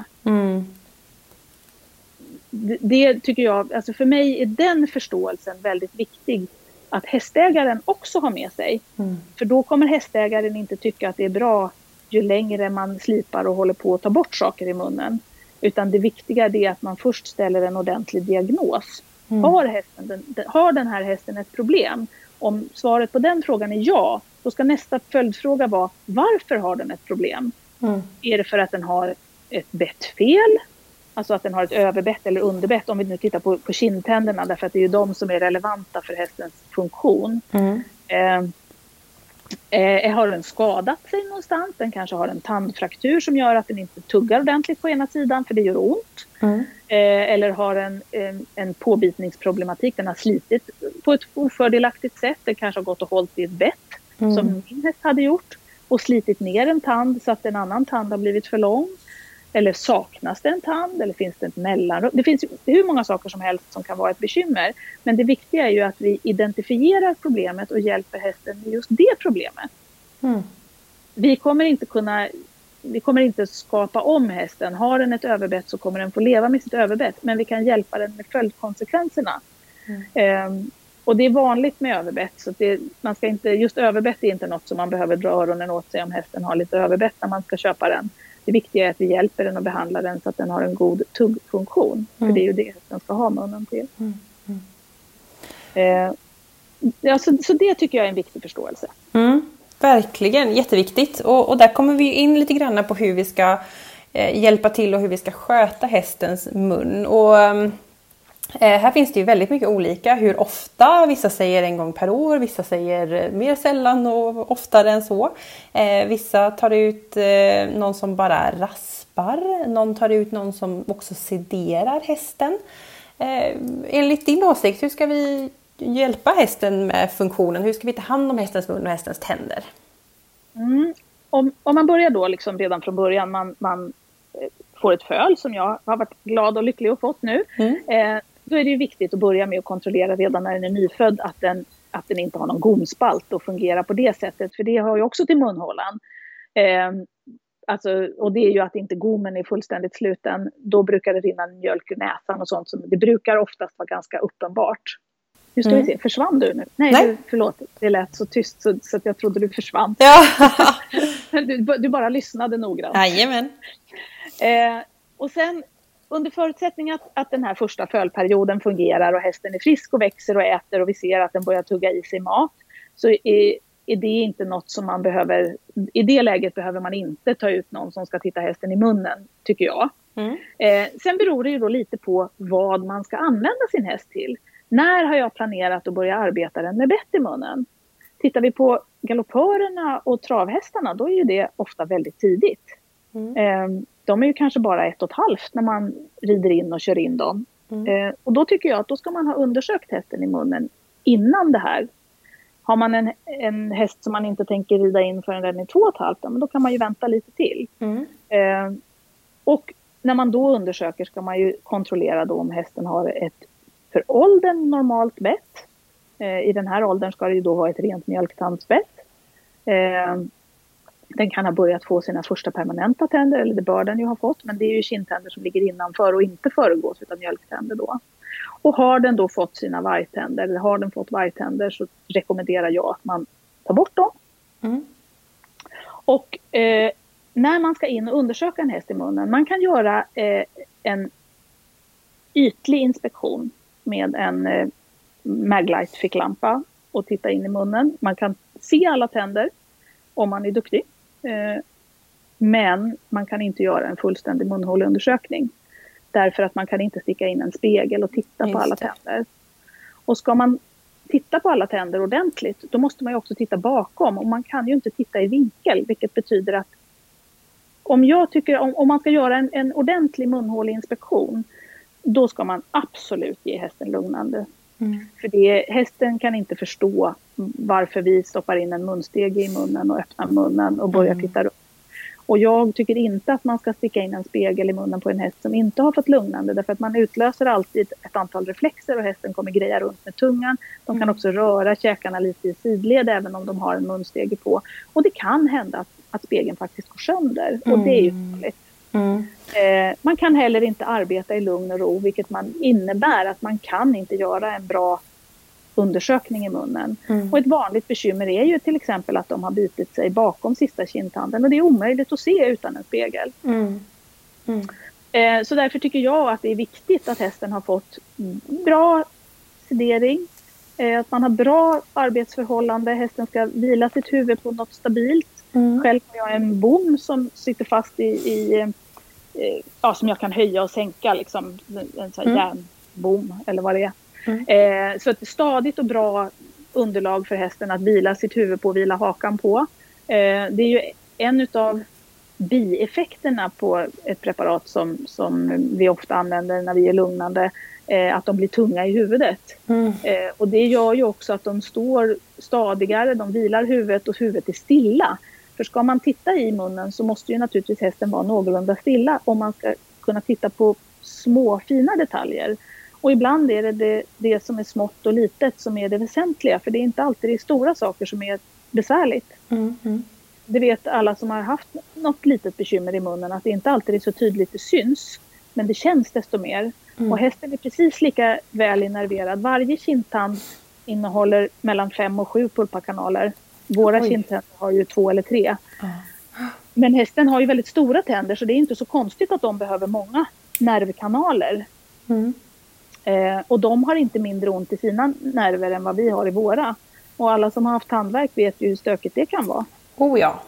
Det tycker jag, alltså för mig är den förståelsen väldigt viktig att hästägaren också har med sig. För då kommer hästägaren inte tycka att det är bra ju längre man slipar och håller på att ta bort saker i munnen. Utan det viktiga är att man först ställer en ordentlig diagnos. Har den här hästen ett problem? Om svaret på den frågan är ja, då ska nästa följdfråga vara varför har den ett problem? Är det för att den har ett bettfel? Alltså att den har ett överbett eller underbett, om vi nu tittar på kindtänderna, därför att det är ju de som är relevanta för hästens funktion. Har den skadat sig någonstans? Den kanske har en tandfraktur som gör att den inte tuggar ordentligt på ena sidan för det gör ont. Eller har en påbitningsproblematik, den har slitit på ett ofördelaktigt sätt. Den kanske har gått och hållit i ett bett som min häst hade gjort och slitit ner en tand så att en annan tand har blivit för lång. Eller saknas det en tand? Eller finns det ett mellanrum? Det finns hur många saker som helst som kan vara ett bekymmer. Men det viktiga är ju att vi identifierar problemet och hjälper hästen med just det problemet. Vi kommer inte skapa om hästen. Har den ett överbett så kommer den få leva med sitt överbett. Men vi kan hjälpa den med följdkonsekvenserna. Och det är vanligt med överbett. Så man ska inte, just överbett är inte något som man behöver dra öronen åt sig om hästen har lite överbett när man ska köpa den. Det viktiga är att vi hjälper den och behandlar den så att den har en god tuggfunktion. För det är ju det den ska ha munnen till. Så det tycker jag är en viktig förståelse. Verkligen, jätteviktigt. Och där kommer vi in lite grann på hur vi ska hjälpa till och hur vi ska sköta hästens mun. Och här finns det ju väldigt mycket olika. Hur ofta, vissa säger en gång per år, vissa säger mer sällan och oftare än så. Vissa tar ut någon som bara raspar, någon tar ut någon som också sederar hästen. Enligt din åsikt, hur ska vi hjälpa hästen med funktionen? Hur ska vi ta hand om hästens mun och hästens tänder? Om man börjar då liksom redan från början, man får ett föl som jag har varit glad och lycklig och fått nu. Då är det ju viktigt att börja med att kontrollera redan när den är nyfödd att den inte har någon gomspalt och fungerar på det sättet. För det har ju också till munhålan. Och det är ju att inte gommen är fullständigt sluten. Då brukar det rinna mjölk ur näsan och sånt. Det brukar oftast vara ganska uppenbart. Nu ska vi se, försvann du nu? Nej. Förlåt, det lät så tyst så att jag trodde du försvann. Ja. du bara lyssnade noggrant. Jajamän. Och sen under förutsättning att den här första fölperioden fungerar och hästen är frisk och växer och äter och vi ser att den börjar tugga i sig mat, så är det inte något som man behöver, i det läget behöver man inte ta ut någon som ska titta hästen i munnen, tycker jag. Sen beror det ju då lite på vad man ska använda sin häst till. När har jag planerat att börja arbeta den med bett i munnen? Tittar vi på galoppörerna och travhästarna, då är ju det ofta väldigt tidigt. De är ju kanske bara 1,5 när man rider in och kör in dem. Och då tycker jag att då ska man ha undersökt hästen i munnen innan det här. Har man en häst som man inte tänker rida in förrän den är 2,5, men då kan man ju vänta lite till. Och när man då undersöker ska man ju kontrollera då om hästen har ett för åldern normalt bett. I den här åldern ska det ju då vara ett rent mjölktandsbett. Den kan ha börjat få sina första permanenta tänder, eller det bör den ju ha fått, men det är ju kindtänder som ligger innanför och inte föregås av mjölktänder då. Och har den då fått sina vargtänder, eller har den fått vargtänder, så rekommenderar jag att man tar bort dem. Och när man ska in och undersöka en häst i munnen, man kan göra en ytlig inspektion med en Maglite-ficklampa och titta in i munnen. Man kan se alla tänder om man är duktig. Men man kan inte göra en fullständig munhåleundersökning. Därför att man kan inte sticka in en spegel och titta på alla tänder. Och ska man titta på alla tänder ordentligt, då måste man ju också titta bakom. Och man kan ju inte titta i vinkel, vilket betyder att om man ska göra en ordentlig munhåleinspektion, då ska man absolut ge hästen lugnande. För hästen kan inte förstå varför vi stoppar in en munstege i munnen och öppnar munnen och börjar titta upp. Och jag tycker inte att man ska sticka in en spegel i munnen på en häst som inte har fått lugnande. Därför att man utlöser alltid ett antal reflexer och hästen kommer greja runt med tungan. De kan också röra käkarna lite i sidled även om de har en munstege på. Och det kan hända att spegeln faktiskt går sönder. Och det är ju farligt. Man kan heller inte arbeta i lugn och ro, vilket innebär att man kan inte göra en bra undersökning i munnen. Och ett vanligt bekymmer är ju till exempel att de har bitit sig bakom sista kindtanden, och det är omöjligt att se utan en spegel. Så därför tycker jag att det är viktigt att hästen har fått bra sedering, att man har bra arbetsförhållande, hästen ska vila sitt huvud på något stabilt. Själv har jag en bom som sitter fast som jag kan höja och sänka, liksom en sån här järnbom eller vad det är. Så ett stadigt och bra underlag för hästen att vila sitt huvud på och vila hakan på. Det är ju en av bieffekterna på ett preparat som vi ofta använder när vi är lugnande, att de blir tunga i huvudet. Och det gör ju också att de står stadigare, de vilar huvudet och huvudet är stilla. För ska man titta i munnen så måste ju naturligtvis hästen vara någorlunda stilla om man ska kunna titta på små fina detaljer. Och ibland är det som är smått och litet som är det väsentliga. För det är inte alltid det stora saker som är besvärligt. Det vet alla som har haft något litet bekymmer i munnen, att det inte alltid är så tydligt det syns. Men det känns desto mer. Och hästen är precis lika väl innerverad. Varje kindtand innehåller mellan 5 och 7 pulpakanaler. Våra kindtänder har ju 2 eller 3. Men hästen har ju väldigt stora tänder, så det är inte så konstigt att de behöver många nervkanaler. Och de har inte mindre ont i sina nerver än vad vi har i våra. Och alla som har haft tandvärk vet ju hur stökigt det kan vara. Oh ja.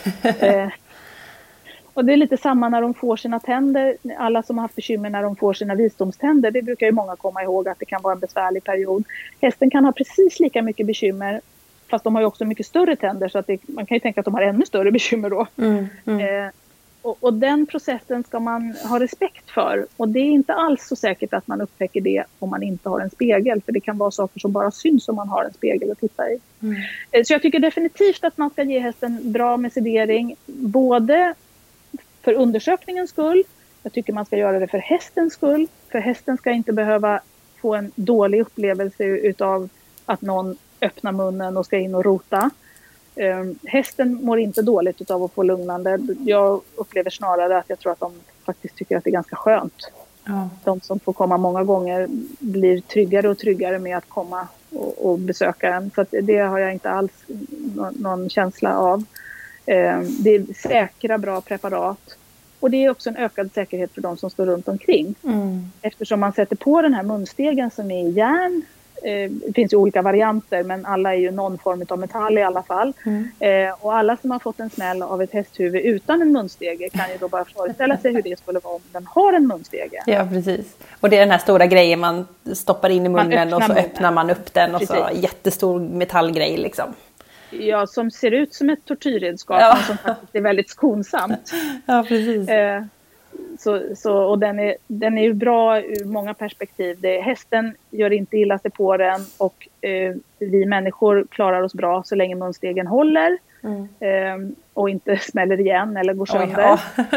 Och det är lite samma när de får sina tänder. Alla som har haft bekymmer när de får sina visdomständer, det brukar ju många komma ihåg att det kan vara en besvärlig period. Hästen kan ha precis lika mycket bekymmer, fast de har ju också mycket större tänder, så att man kan ju tänka att de har ännu större bekymmer då. Och den processen ska man ha respekt för. Och det är inte alls så säkert att man upptäcker det om man inte har en spegel. För det kan vara saker som bara syns om man har en spegel att titta i. Så jag tycker definitivt att man ska ge hästen bra med sedering. Både för undersökningens skull. Jag tycker man ska göra det för hästens skull. För hästen ska inte behöva få en dålig upplevelse utav att någon öppnar munnen och ska in och rota. Hästen mår inte dåligt av att få lugnande. Jag upplever snarare att jag tror att de faktiskt tycker att det är ganska skönt. De som får komma många gånger blir tryggare och tryggare med att komma och besöka en. Så att det har jag inte alls någon känsla av. Det är säkra, bra preparat. Och det är också en ökad säkerhet för de som står runt omkring. Eftersom man sätter på den här munstegen som är i järn. Det finns ju olika varianter, men alla är ju någon form av metall i alla fall. Och alla som har fått en smäll av ett hästhuvud utan en munstege kan ju då bara föreställa sig hur det skulle vara om den har en munstege. Ja, precis. Och det är den här stora grejen man stoppar in i munnen och så öppnar man upp den och så jättestor metallgrej liksom. Ja, som ser ut som ett tortyrredskap, men som faktiskt är väldigt skonsamt. Ja, precis. Och den är ju bra ur många perspektiv. Hästen gör inte illa sig på den och vi människor klarar oss bra så länge munstegen håller och inte smäller igen eller går sönder.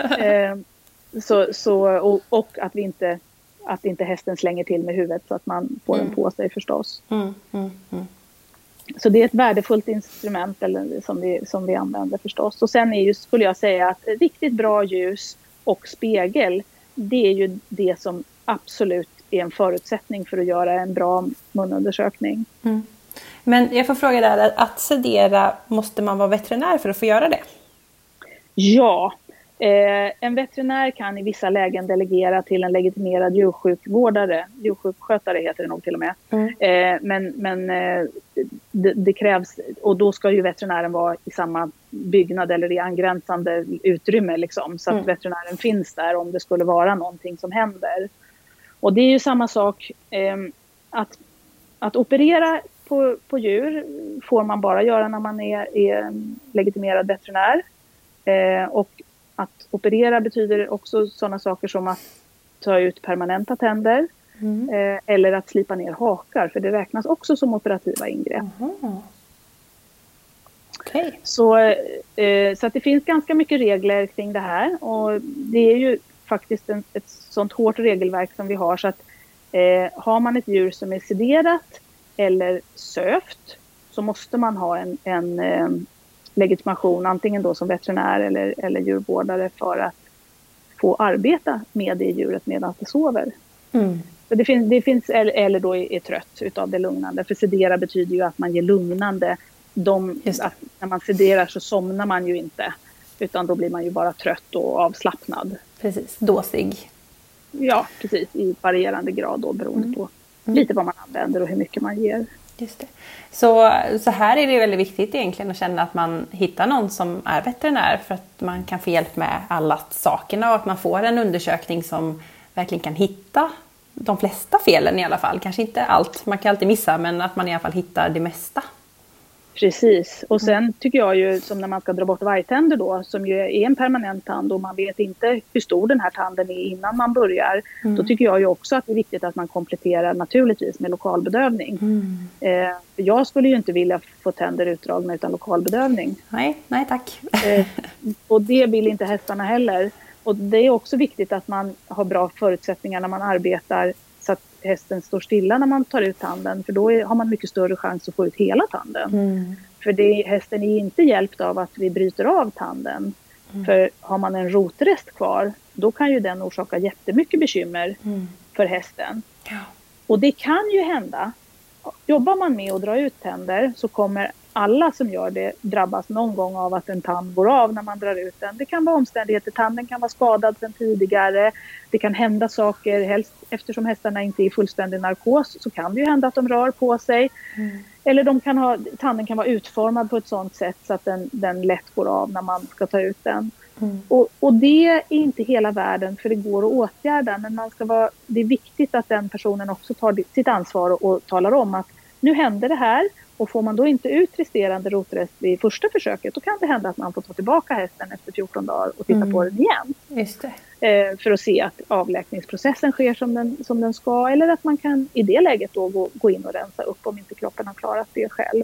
Och att inte hästen slänger till med huvudet så att man får den på sig förstås. Så det är ett värdefullt instrument som vi använder förstås. Och sen skulle jag säga att riktigt bra ljus och spegel, det är ju det som absolut är en förutsättning för att göra en bra munundersökning. Men jag får fråga där, att sedera, måste man vara veterinär för att få göra det? Ja, en veterinär kan i vissa lägen delegera till en legitimerad djursjukskötare heter det nog till och med. Men det krävs, och då ska ju veterinären vara i samma byggnad eller i angränsande utrymme liksom, så att veterinären finns där om det skulle vara någonting som händer. Och det är ju samma sak, att operera på djur får man bara göra när man är legitimerad veterinär. Och att operera betyder också sådana saker som att ta ut permanenta tänder eller att slipa ner hakar, för det räknas också som operativa ingrepp. Okay. Så att det finns ganska mycket regler kring det här, och det är ju faktiskt ett sånt hårt regelverk som vi har, så att har man ett djur som är sederat eller sövt så måste man ha en legitimation, antingen då som veterinär eller djurvårdare, för att få arbeta med det djuret medan det sover. Så det finns eller då är trött utav det lugnande, för sedera betyder ju att man ger lugnande. När man sederar så somnar man ju inte, utan då blir man ju bara trött och avslappnad. Precis, dåsig. Ja, precis, i varierande grad då, beroende på lite vad man använder och hur mycket man ger. Just det. Så här är det väldigt viktigt egentligen att känna att man hittar någon som är veterinär, för att man kan få hjälp med alla sakerna och att man får en undersökning som verkligen kan hitta de flesta felen i alla fall. Kanske inte allt, man kan alltid missa, men att man i alla fall hittar det mesta. Precis, och sen tycker jag ju, som när man ska dra bort vargtänder då, som ju är en permanent tand och man vet inte hur stor den här tanden är innan man börjar, då tycker jag ju också att det är viktigt att man kompletterar naturligtvis med lokalbedövning. Jag skulle ju inte vilja få tänder utdragna utan lokalbedövning. Nej tack. Och det vill inte hästarna heller. Och det är också viktigt att man har bra förutsättningar när man arbetar, så att hästen står stilla när man tar ut tanden, för då har man mycket större chans att få ut hela tanden. För hästen är inte hjälpt av att vi bryter av tanden. För har man en rotrest kvar, då kan ju den orsaka jättemycket bekymmer för hästen. Ja. Och det kan ju hända, jobbar man med att dra ut tänder så kommer alla som gör det drabbas någon gång av att en tand går av när man drar ut den. Det kan vara omständigheter, tanden kan vara skadad sedan tidigare. Det kan hända saker, helst eftersom hästarna inte är i fullständig narkos så kan det ju hända att de rör på sig. Eller tanden kan vara utformad på ett sådant sätt så att den lätt går av när man ska ta ut den. Och det är inte hela världen, för det går att åtgärda, men det är viktigt att den personen också tar sitt ansvar och talar om att nu händer det här. Och får man då inte ut resterande rotrest vid första försöket, då kan det hända att man får ta tillbaka hästen efter 14 dagar och titta på den igen. Just det. För att se att avläkningsprocessen sker som den ska, eller att man kan i det läget då gå in och rensa upp om inte kroppen har klarat det själv.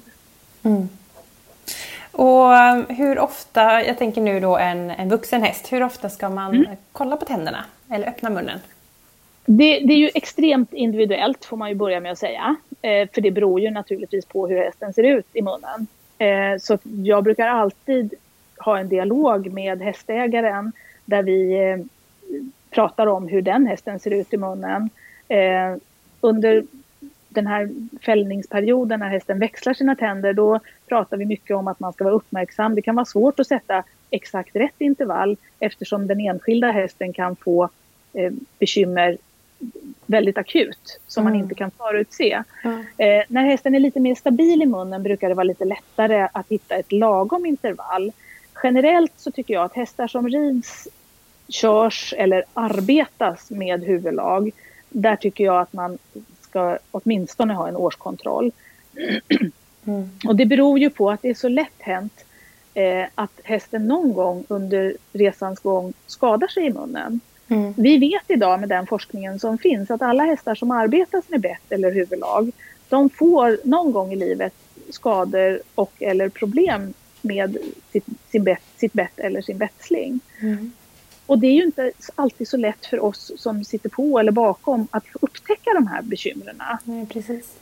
Och hur ofta, jag tänker nu då en vuxen häst, hur ofta ska man kolla på tänderna eller öppna munnen? Det är ju extremt individuellt, får man ju börja med att säga. För det beror ju naturligtvis på hur hästen ser ut i munnen. Så jag brukar alltid ha en dialog med hästägaren där vi pratar om hur den hästen ser ut i munnen. Under den här fällningsperioden när hästen växlar sina tänder, då pratar vi mycket om att man ska vara uppmärksam. Det kan vara svårt att sätta exakt rätt intervall eftersom den enskilda hästen kan få bekymmer väldigt akut som man inte kan förutse. När hästen är lite mer stabil i munnen brukar det vara lite lättare att hitta ett lagom intervall. Generellt så tycker jag att hästar som rids, körs eller arbetas med huvudlag, där tycker jag att man ska åtminstone ha en årskontroll. Och det beror ju på att det är så lätt hänt att hästen någon gång under resans gång skadar sig i munnen. Vi vet idag med den forskningen som finns att alla hästar som arbetar med bett eller huvudlag, de får någon gång i livet skador och eller problem med sitt bett eller sin bettsling. Och det är ju inte alltid så lätt för oss som sitter på eller bakom att upptäcka de här bekymren. Nej, precis.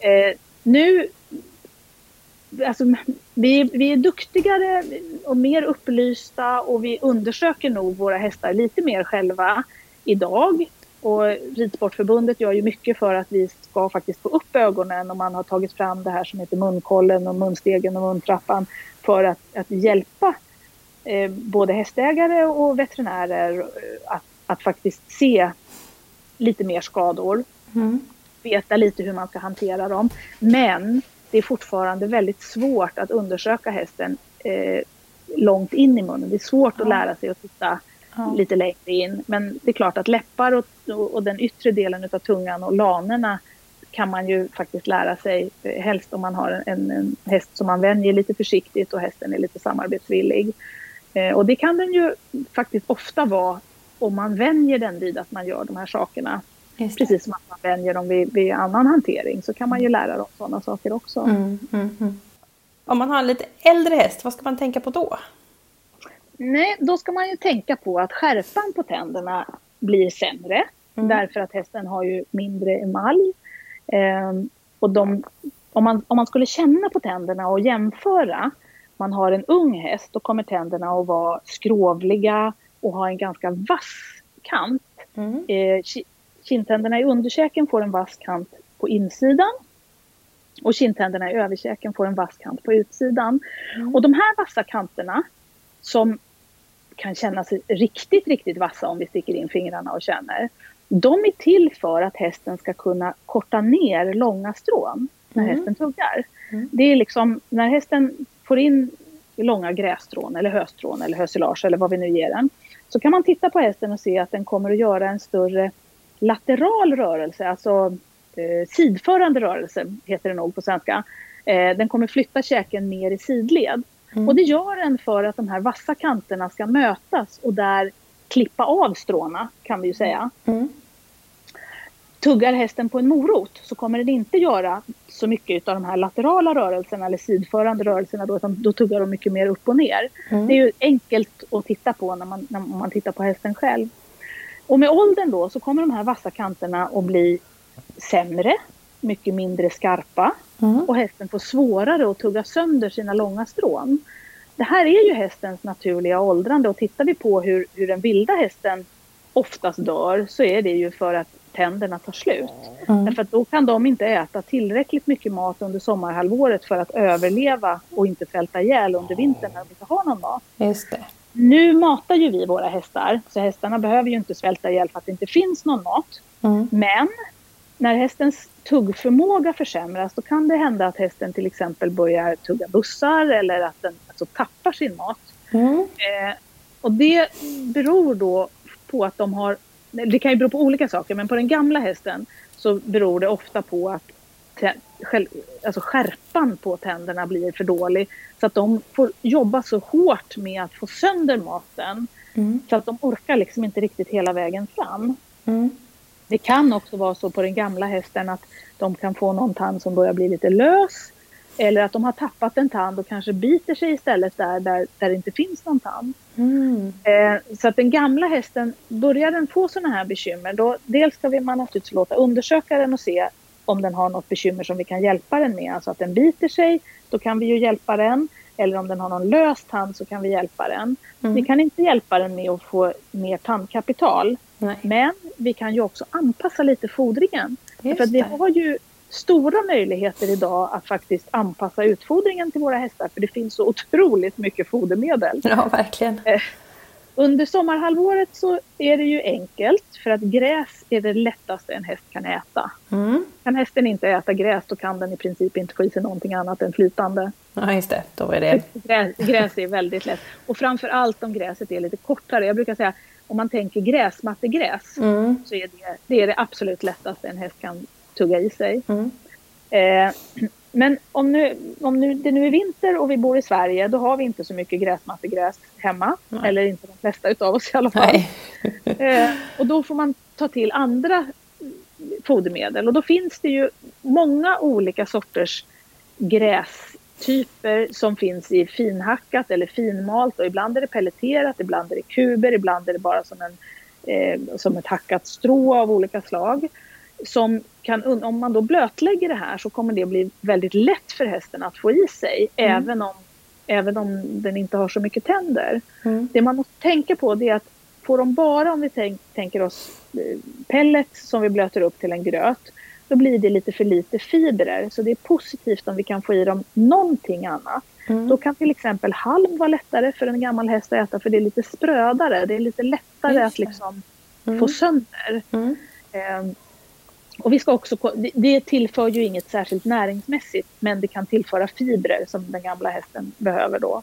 Vi är duktigare och mer upplysta och vi undersöker nog våra hästar lite mer själva idag. Och Ridsportförbundet gör ju mycket för att vi ska faktiskt få upp ögonen, och man har tagit fram det här som heter munkollen och munstegen och muntrappan för att hjälpa både hästägare och veterinärer att faktiskt se lite mer skador. Veta lite hur man ska hantera dem. Men det är fortfarande väldigt svårt att undersöka hästen långt in i munnen. Det är svårt att lära sig att titta lite längre in. Men det är klart att läppar och den yttre delen av tungan och lanerna kan man ju faktiskt lära sig. Helst om man har en häst som man vänjer lite försiktigt och hästen är lite samarbetsvillig. Och det kan den ju faktiskt ofta vara om man vänjer den vid att man gör de här sakerna. Precis som att man vänjer dem vid annan hantering, så kan man ju lära dem sådana saker också. Om man har en lite äldre häst, vad ska man tänka på då? Nej, då ska man ju tänka på att skärpan på tänderna blir sämre. Därför att hästen har ju mindre emalj. Och om man skulle känna på tänderna och jämföra, man har en ung häst, då kommer tänderna att vara skrovliga och ha en ganska vass kant. Kindtänderna i underkäken får en vass kant på insidan. Och kindtänderna i överkäken får en vass kant på utsidan. Och de här vassa kanterna, som kan kännas riktigt, riktigt vassa om vi sticker in fingrarna och känner. De är till för att hästen ska kunna korta ner långa strån när hästen tuggar. Det är liksom när hästen får in långa grässtrån eller höstrån eller hösilage eller vad vi nu ger den. Så kan man titta på hästen och se att den kommer att göra en större lateral rörelse, alltså sidförande rörelse heter det nog på svenska. Den kommer flytta käken ner i sidled. Och det gör den för att de här vassa kanterna ska mötas och där klippa av stråna, kan vi ju säga. Tuggar hästen på en morot så kommer den inte göra så mycket av de här laterala rörelserna eller sidförande rörelserna då, utan då tuggar de mycket mer upp och ner. Det är ju enkelt att titta på när man tittar på hästen själv. Och med åldern då så kommer de här vassa kanterna att bli sämre, mycket mindre skarpa. Och hästen får svårare att tugga sönder sina långa strån. Det här är ju hästens naturliga åldrande, och tittar vi på hur den vilda hästen oftast dör, så är det ju för att tänderna tar slut. Därför att då kan de inte äta tillräckligt mycket mat under sommarhalvåret för att överleva och inte svälta ihjäl under vintern när de inte har någon mat. Just det. Nu matar ju vi våra hästar, så hästarna behöver ju inte svälta ihjäl för att det inte finns någon mat. Men när hästens tuggförmåga försämras, då kan det hända att hästen till exempel börjar tugga bussar eller att den alltså tappar sin mat. Och det beror då på att de har, det kan ju bero på olika saker, men på den gamla hästen så beror det ofta på att alltså skärpan på tänderna blir för dålig, så att de får jobba så hårt med att få sönder maten så att de orkar liksom inte riktigt hela vägen fram. Det kan också vara så på den gamla hästen att de kan få någon tand som börjar bli lite lös, eller att de har tappat en tand och kanske biter sig istället där det inte finns någon tand. Så att den gamla hästen, börjar den få sådana här bekymmer, då dels ska man naturligtvis låta undersöka den och se om den har något bekymmer som vi kan hjälpa den med. Alltså att den biter sig, då kan vi ju hjälpa den. Eller om den har någon lös tand så kan vi hjälpa den. Vi kan inte hjälpa den med att få mer tandkapital. Nej. Men vi kan ju också anpassa lite fodringen. För att vi har ju stora möjligheter idag att faktiskt anpassa utfodringen till våra hästar. För det finns så otroligt mycket fodermedel. Ja, verkligen. Under sommarhalvåret så är det ju enkelt, för att gräs är det lättaste en häst kan äta. Kan hästen inte äta gräs, då kan den i princip inte få i sig någonting annat än flytande. Ja, just det. Då är det. Gräs är väldigt lätt. Och framförallt om gräset är lite kortare. Jag brukar säga, om man tänker gräsmattegräs så är det är det absolut lättaste en häst kan tugga i sig. Men om det nu är vinter och vi bor i Sverige, då har vi inte så mycket gräsmattegräs hemma. Eller inte de flesta utav oss i alla fall. Och då får man ta till andra fodermedel. Och då finns det ju många olika sorters grästyper som finns i finhackat eller finmalt. Och ibland är det pelleterat, ibland är det kuber, ibland är det bara som ett hackat strå av olika slag. Som kan, om man då blötlägger det här så kommer det bli väldigt lätt för hästen att få i sig. Även om den inte har så mycket tänder. Det man måste tänka på det är att får de bara, om vi tänker oss pellets som vi blöter upp till en gröt, då blir det lite för lite fibrer. Så det är positivt om vi kan få i dem någonting annat. Då kan till exempel halm vara lättare för en gammal häst att äta, för det är lite sprödare. Det är lite lättare att liksom få sönder. Och vi ska också, det tillför ju inget särskilt näringsmässigt, men det kan tillföra fibrer som den gamla hästen behöver då.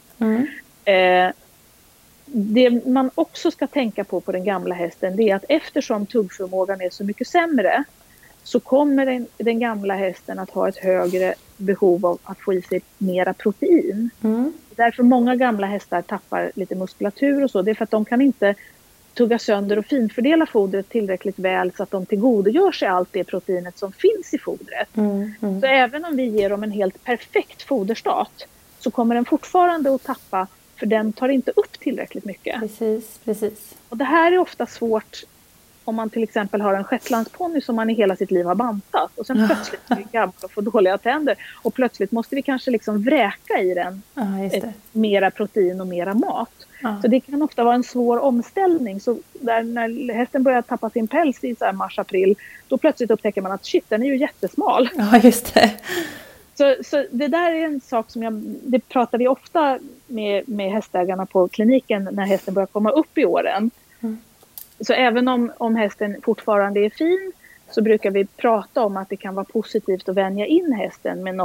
Det man också ska tänka på den gamla hästen, det är att eftersom tuggförmågan är så mycket sämre, så kommer den gamla hästen att ha ett högre behov av att få i sig mera protein. Därför många gamla hästar tappar lite muskulatur och så. Det är för att de kan inte tugga sönder och finfördela fodret tillräckligt väl så att de tillgodogör sig allt det proteinet som finns i fodret. Så även om vi ger dem en helt perfekt foderstat, så kommer den fortfarande att tappa, för den tar inte upp tillräckligt mycket. Precis. Och det här är ofta svårt om man till exempel har en shetlandsponny som man i hela sitt liv har bantat. Och sen plötsligt blir gammal och får dåliga tänder. Och plötsligt måste vi kanske liksom vräka i den mera protein och mera mat. Så det kan ofta vara en svår omställning. Så när hästen börjar tappa sin päls i så här mars-april, då plötsligt upptäcker man att shit, den är ju jättesmal. Ja, just det. Så det där är en sak som det pratar vi ofta med hästägarna på kliniken när hästen börjar komma upp i åren. Så även om hästen fortfarande är fin, så brukar vi prata om att det kan vara positivt att vänja in hästen med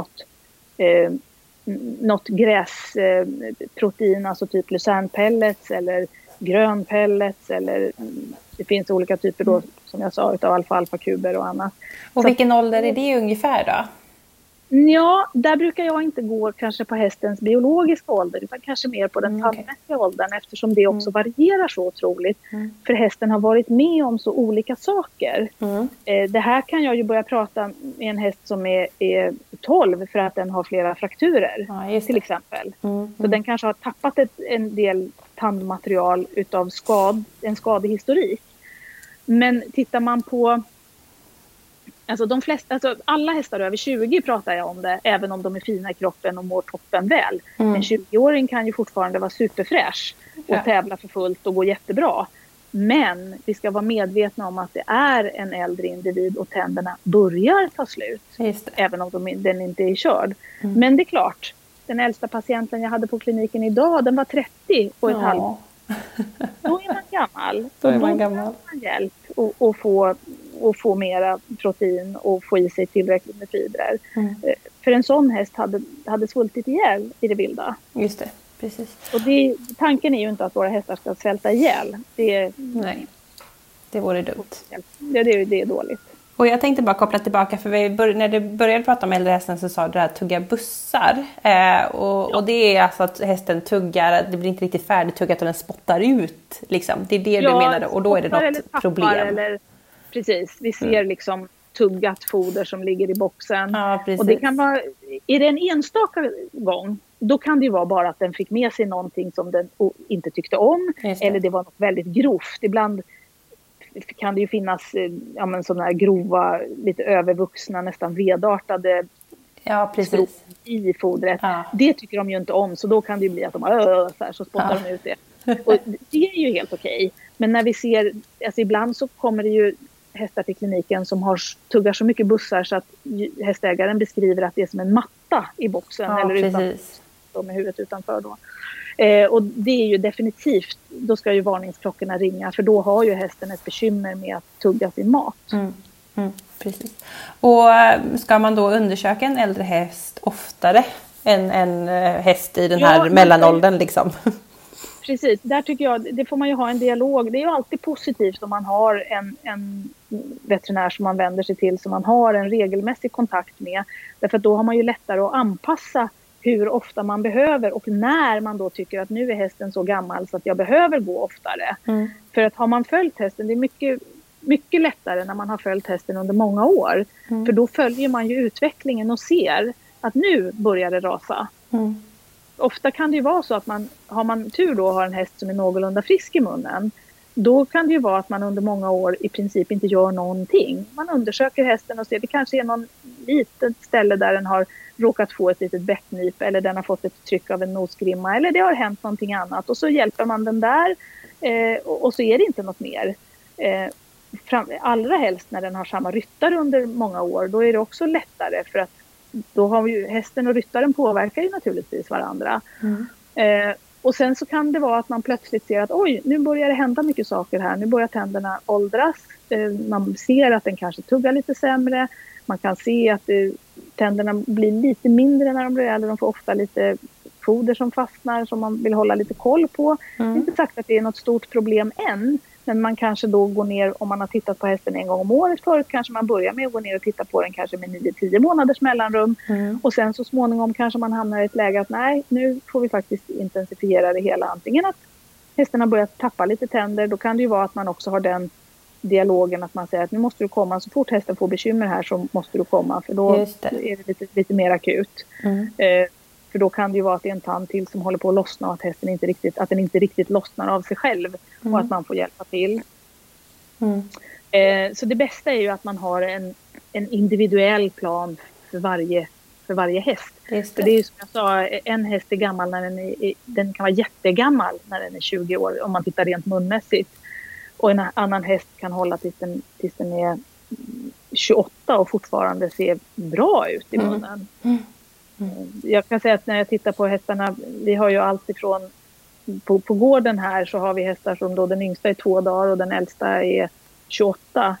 något gräsprotein, alltså typ lucernpellets eller grönpellets, eller det finns olika typer då, som jag sa, utav alfalfa-kuber och annat. Och vilken ålder är det ungefär då? Ja, där brukar jag inte gå kanske på hästens biologiska ålder, utan kanske mer på den tandmässiga åldern, eftersom det också varierar så otroligt. För hästen har varit med om så olika saker. Det här kan jag ju börja prata med en häst som är 12 för att den har flera frakturer, till exempel. Så den kanske har tappat en del tandmaterial utav en skadehistorik. Men tittar man på alla hästar över 20 pratar jag om det, även om de är fina i kroppen och mår toppen väl. En 20-åring kan ju fortfarande vara superfräsch och tävla för fullt och gå jättebra. Men vi ska vara medvetna om att det är en äldre individ och tänderna börjar ta slut. Även om den inte är körd. Men det är klart, den äldsta patienten jag hade på kliniken idag, den var 30 och ett halvår. Då är man gammal. Då behöver man hjälp och få mera protein och få i sig tillräckligt med fibrer. För en sån häst hade svultit ihjäl i det vilda. Just det, precis. Och tanken är ju inte att våra hästar ska svälta ihjäl. Nej, det vore dumt. Det är dåligt. Och jag tänkte bara koppla tillbaka, för när du började prata om äldre hästen så sa du det här tugga bussar. Och det är alltså att hästen tuggar, det blir inte riktigt färdigtuggat och den spottar ut. Liksom. Det är det du menade, och då är det något problem. Precis, vi ser liksom tuggat foder som ligger i boxen. Ja, precis. Och det kan vara, är det en enstaka gång, då kan det ju vara bara att den fick med sig någonting som den inte tyckte om. Eller det var något väldigt grovt. Ibland kan det ju finnas sådana här grova, lite övervuxna, nästan vedartade strå i fodret. Det tycker de ju inte om, så då kan det ju bli att så spottar de ut det. Och det är ju helt okej. Men när vi ser, ibland så kommer det ju hästar till kliniken som tuggar så mycket bussar så att hästägaren beskriver att det är som en matta i boxen. Eller utanför, med huvudet utanför då. Och det är ju definitivt, då ska ju varningsklockorna ringa, för då har ju hästen ett bekymmer med att tugga sin mat. Precis. Och ska man då undersöka en äldre häst oftare än en häst i den här mellanåldern liksom? Precis, där tycker jag, det får man ju ha en dialog. Det är ju alltid positivt om man har en veterinär som man vänder sig till, som man har en regelmässig kontakt med. Därför att då har man ju lättare att anpassa hur ofta man behöver, och när man då tycker att nu är hästen så gammal så att jag behöver gå oftare. För att har man följt hästen, det är mycket, mycket lättare när man har följt hästen under många år. För då följer man ju utvecklingen och ser att nu börjar det rasa. Ofta kan det ju vara så att har man tur då och har en häst som är någorlunda frisk i munnen, då kan det ju vara att man under många år i princip inte gör någonting. Man undersöker hästen och ser, det kanske är någon litet ställe där den har råkat få ett litet bettnyp, eller den har fått ett tryck av en nosgrimma, eller det har hänt någonting annat. Och så hjälper man den där och så är det inte något mer. Allra helst när den har samma ryttare under många år, då är det också lättare, för att då har ju hästen och ryttaren påverkar ju naturligtvis varandra. Och sen så kan det vara att man plötsligt ser att oj, nu börjar det hända mycket saker här. Nu börjar tänderna åldras. Man ser att den kanske tuggar lite sämre. Man kan se att tänderna blir lite mindre när de blir äldre. De får ofta lite foder som fastnar som man vill hålla lite koll på. Det är inte sagt att det är något stort problem än. Men man kanske då går ner, om man har tittat på hästen en gång om året förut, kanske man börjar med att gå ner och titta på den kanske med 9-10 månaders mellanrum. Och sen så småningom kanske man hamnar i ett läge att nej, nu får vi faktiskt intensifiera det hela. Antingen att hästen har börjat tappa lite tänder, då kan det ju vara att man också har den dialogen att man säger att nu måste du komma, så fort hästen får bekymmer här så måste du komma, för då är det lite mer akut. För då kan det ju vara att det är en tand till som håller på att lossna och att hästen inte riktigt lossnar av sig själv och att man får hjälpa till. Så det bästa är ju att man har en individuell plan för varje häst. För det är ju som jag sa, en häst är gammal när den kan vara jättegammal när den är 20 år om man tittar rent munmässigt. Och en annan häst kan hålla tills den är 28 och fortfarande ser bra ut i munnen. Jag kan säga att när jag tittar på hästarna, vi har ju allt ifrån på gården här så har vi hästar som då den yngsta är 2 dagar och den äldsta är 28.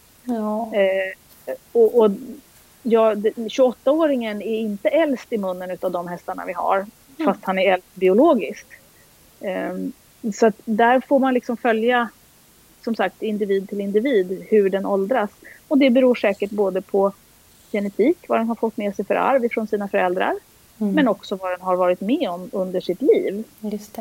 Och 28-åringen är inte äldst i munnen utav de hästarna vi har, fast han är äldst biologiskt. Så att där får man liksom följa, som sagt, individ till individ hur den åldras. Och det beror säkert både på genetik, vad den har fått med sig för arv från sina föräldrar, men också vad den har varit med om under sitt liv. Just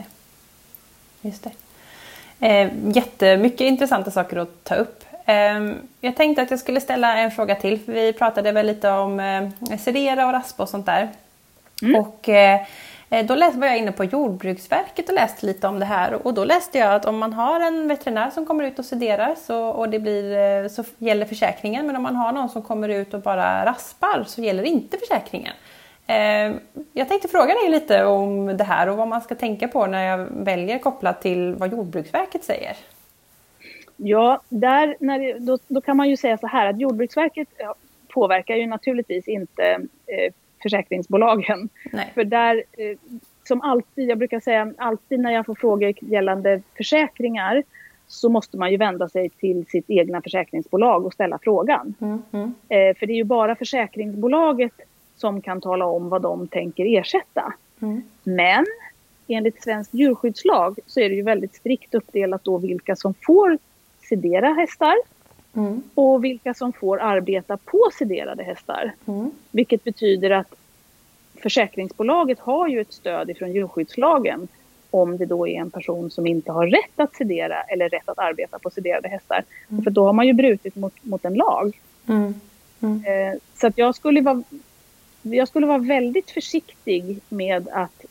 det. Jättemycket intressanta saker att ta upp. Jag tänkte att jag skulle ställa en fråga till, för vi pratade väl lite om sedera och raspa och sånt där. Och då var jag inne på Jordbruksverket och läste lite om det här, och då läste jag att om man har en veterinär som kommer ut och sederar så gäller försäkringen, men om man har någon som kommer ut och bara raspar så gäller inte försäkringen. Jag tänkte fråga dig lite om det här och vad man ska tänka på när jag väljer kopplat till vad Jordbruksverket säger. Ja, då kan man ju säga så här att Jordbruksverket påverkar ju naturligtvis inte försäkringsbolagen. Nej. För där, som alltid, jag brukar säga alltid när jag får frågor gällande försäkringar, så måste man ju vända sig till sitt egna försäkringsbolag och ställa frågan. För det är ju bara försäkringsbolaget som kan tala om vad de tänker ersätta. Men enligt svensk djurskyddslag så är det ju väldigt strikt uppdelat då vilka som får sedera hästar och vilka som får arbeta på sederade hästar. Vilket betyder att försäkringsbolaget har ju ett stöd ifrån djurskyddslagen om det då är en person som inte har rätt att sedera eller rätt att arbeta på sederade hästar. För då har man ju brutit mot en lag. Så att jag skulle vara väldigt försiktig med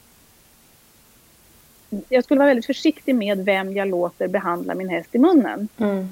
vem jag låter behandla min häst i munnen.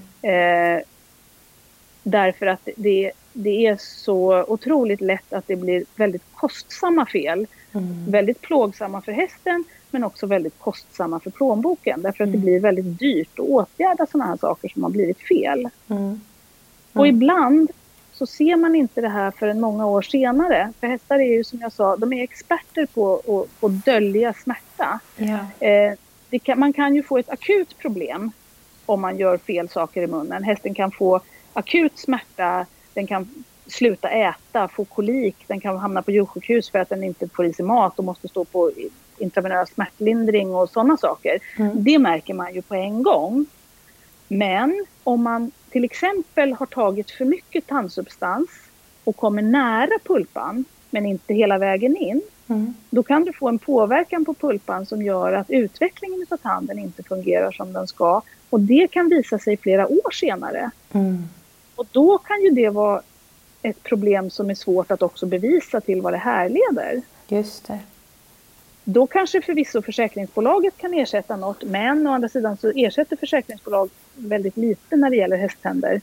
Därför att det är så otroligt lätt att det blir väldigt kostsamma fel. Väldigt plågsamma för hästen, men också väldigt kostsamma för plånboken. Därför att det blir väldigt dyrt att åtgärda sådana här saker som har blivit fel. Och ibland så ser man inte det här förrän många år senare. För hästar är ju, som jag sa, de är experter på att dölja smärta. Man kan ju få ett akut problem om man gör fel saker i munnen. Hästen kan få akut smärta, den kan sluta äta, få kolik, den kan hamna på djursjukhus för att den inte får i sig mat och måste stå på intravenös smärtlindring och sådana saker. Det märker man ju på en gång. Men om man till exempel har tagit för mycket tandsubstans och kommer nära pulpan men inte hela vägen in, då kan du få en påverkan på pulpan som gör att utvecklingen av tanden inte fungerar som den ska. Och det kan visa sig flera år senare. Och då kan ju det vara ett problem som är svårt att också bevisa till vad det härleder. Just det. Då kanske förvisso försäkringsbolaget kan ersätta något, men å andra sidan så ersätter försäkringsbolag väldigt lite när det gäller hästtänder.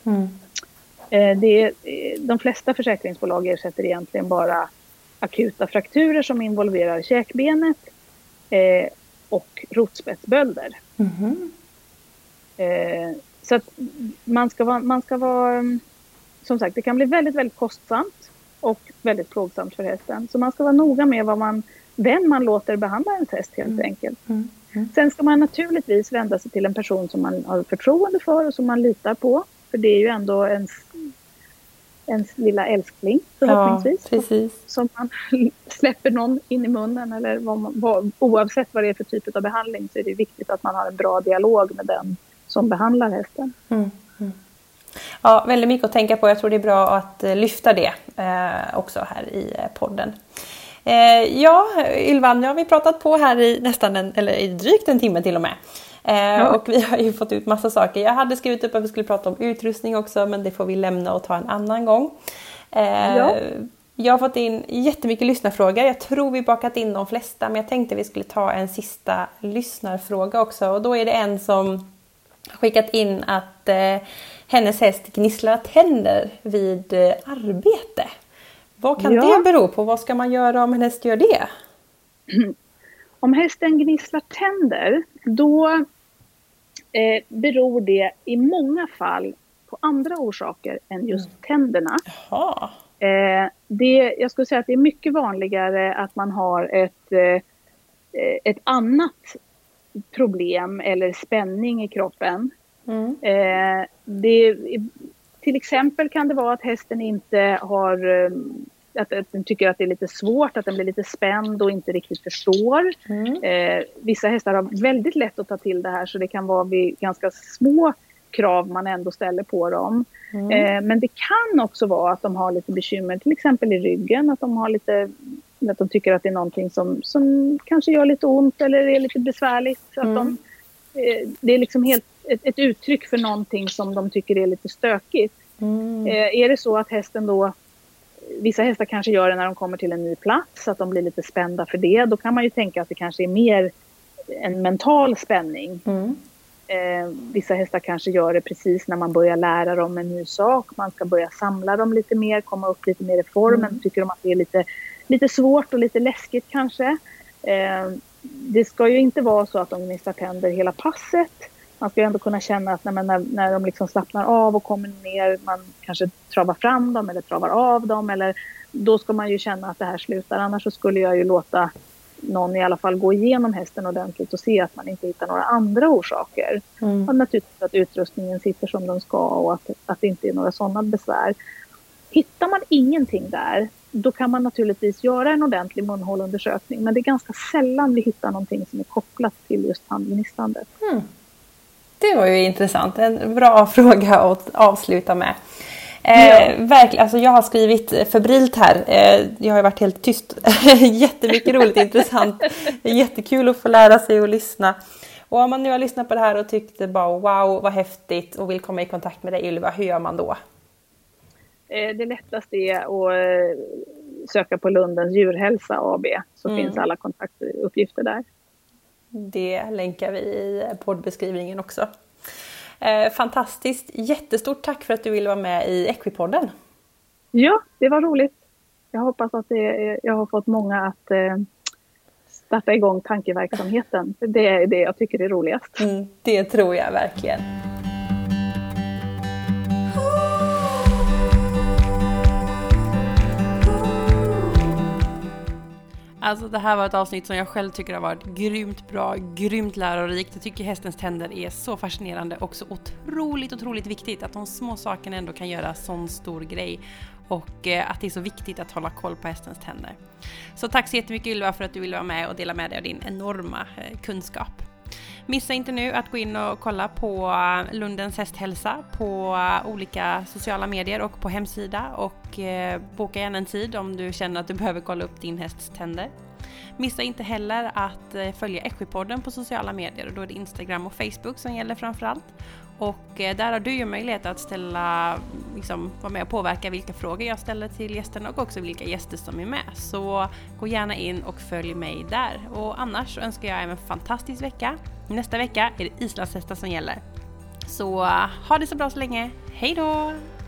De flesta försäkringsbolag ersätter egentligen bara akuta frakturer som involverar käkbenet och rotspetsbölder. Så att man ska vara, som sagt, det kan bli väldigt, väldigt kostsamt och väldigt plågsamt för hästen. Så man ska vara noga med vem man låter behandla ens häst helt enkelt. Sen ska man naturligtvis vända sig till en person som man har förtroende för och som man litar på. För det är ju ändå ens lilla älskling förhoppningsvis. Ja, precis. Som man släpper någon in i munnen eller oavsett vad det är för typ av behandling så är det viktigt att man har en bra dialog med den som behandlar hästen. Ja, väldigt mycket att tänka på. Jag tror det är bra att lyfta det också här i podden. Ja, Ylva, nu har vi pratat på här i drygt en timme till och med. Och vi har ju fått ut massa saker. Jag hade skrivit upp att vi skulle prata om utrustning också, men det får vi lämna och ta en annan gång. Jag har fått in jättemycket lyssnarfrågor. Jag tror vi bakat in de flesta, men jag tänkte vi skulle ta en sista lyssnarfråga också. Och då är det en som skickat in att hennes häst gnisslar tänder vid arbete. Vad kan det bero på? Vad ska man göra om en häst gör det? Om hästen gnisslar tänder, då beror det i många fall på andra orsaker än just tänderna. Jag skulle säga att det är mycket vanligare att man har ett annat problem eller spänning i kroppen. Till exempel kan det vara att hästen inte har... Att den tycker att det är lite svårt, att den blir lite spänd och inte riktigt förstår. Vissa hästar har väldigt lätt att ta till det här, så det kan vara vid ganska små krav man ändå ställer på dem. Men det kan också vara att de har lite bekymmer, till exempel i ryggen, att de tycker att det är någonting som kanske gör lite ont eller är lite besvärligt. Så att det är liksom helt ett uttryck för någonting som de tycker är lite stökigt. Är det så att hästen då, vissa hästar kanske gör det när de kommer till en ny plats, att de blir lite spända för det. Då kan man ju tänka att det kanske är mer en mental spänning. Vissa hästar kanske gör det precis när man börjar lära dem en ny sak. Man ska börja samla dem lite mer, komma upp lite mer i formen. Tycker de att det är lite svårt och lite läskigt kanske. Det ska ju inte vara så att de gnisslar tänder hela passet. Man ska ju ändå kunna känna att när de liksom slappnar av och kommer ner, man kanske travar fram dem eller travar av dem, eller då ska man ju känna att det här slutar. Annars så skulle jag ju låta någon i alla fall gå igenom hästen ordentligt och se att man inte hittar några andra orsaker. Och naturligtvis att utrustningen sitter som den ska och att det inte är några sådana besvär. Hittar man ingenting där, då kan man naturligtvis göra en ordentlig munhålundersökning, men det är ganska sällan vi hittar någonting som är kopplat till just tandgnistandet. Det var ju intressant. En bra fråga att avsluta med. Verkligen, alltså jag har skrivit febrilt här. Jag har varit helt tyst. Jättemycket roligt, intressant. Det är jättekul att få lära sig och lyssna. Och om man nu har lyssnat på det här och tyckte bara wow, vad häftigt och vill komma i kontakt med dig, Ylva, hur gör man då? Det lättaste är att söka på Lundens djurhälsa AB, så finns alla kontaktuppgifter där. Det länkar vi i poddbeskrivningen också. Fantastiskt. Jättestort tack för att du ville vara med i Equipodden. Ja, det var roligt. Jag hoppas att jag har fått många att starta igång tankeverksamheten. Det är det jag tycker är roligast. Det tror jag verkligen. Alltså det här var ett avsnitt som jag själv tycker har varit grymt bra, grymt lärorikt. Jag tycker hästens tänder är så fascinerande och så otroligt viktigt att de små sakerna ändå kan göra sån stor grej. Och att det är så viktigt att hålla koll på hästens tänder. Så tack så jättemycket, Ylva, för att du ville vara med och dela med dig av din enorma kunskap. Missa inte nu att gå in och kolla på Lundens hästhälsa på olika sociala medier och på hemsida, och boka gärna en tid om du känner att du behöver kolla upp din hästs tänder. Missa inte heller att följa Equipodden på sociala medier, och då är det Instagram och Facebook som gäller framförallt. Och där har du ju möjlighet att ställa, vara med och påverka vilka frågor jag ställer till gästerna och också vilka gäster som är med. Så gå gärna in och följ mig där. Och annars så önskar jag en fantastisk vecka. Nästa vecka är det islandshästar som gäller. Så ha det så bra så länge. Hej då!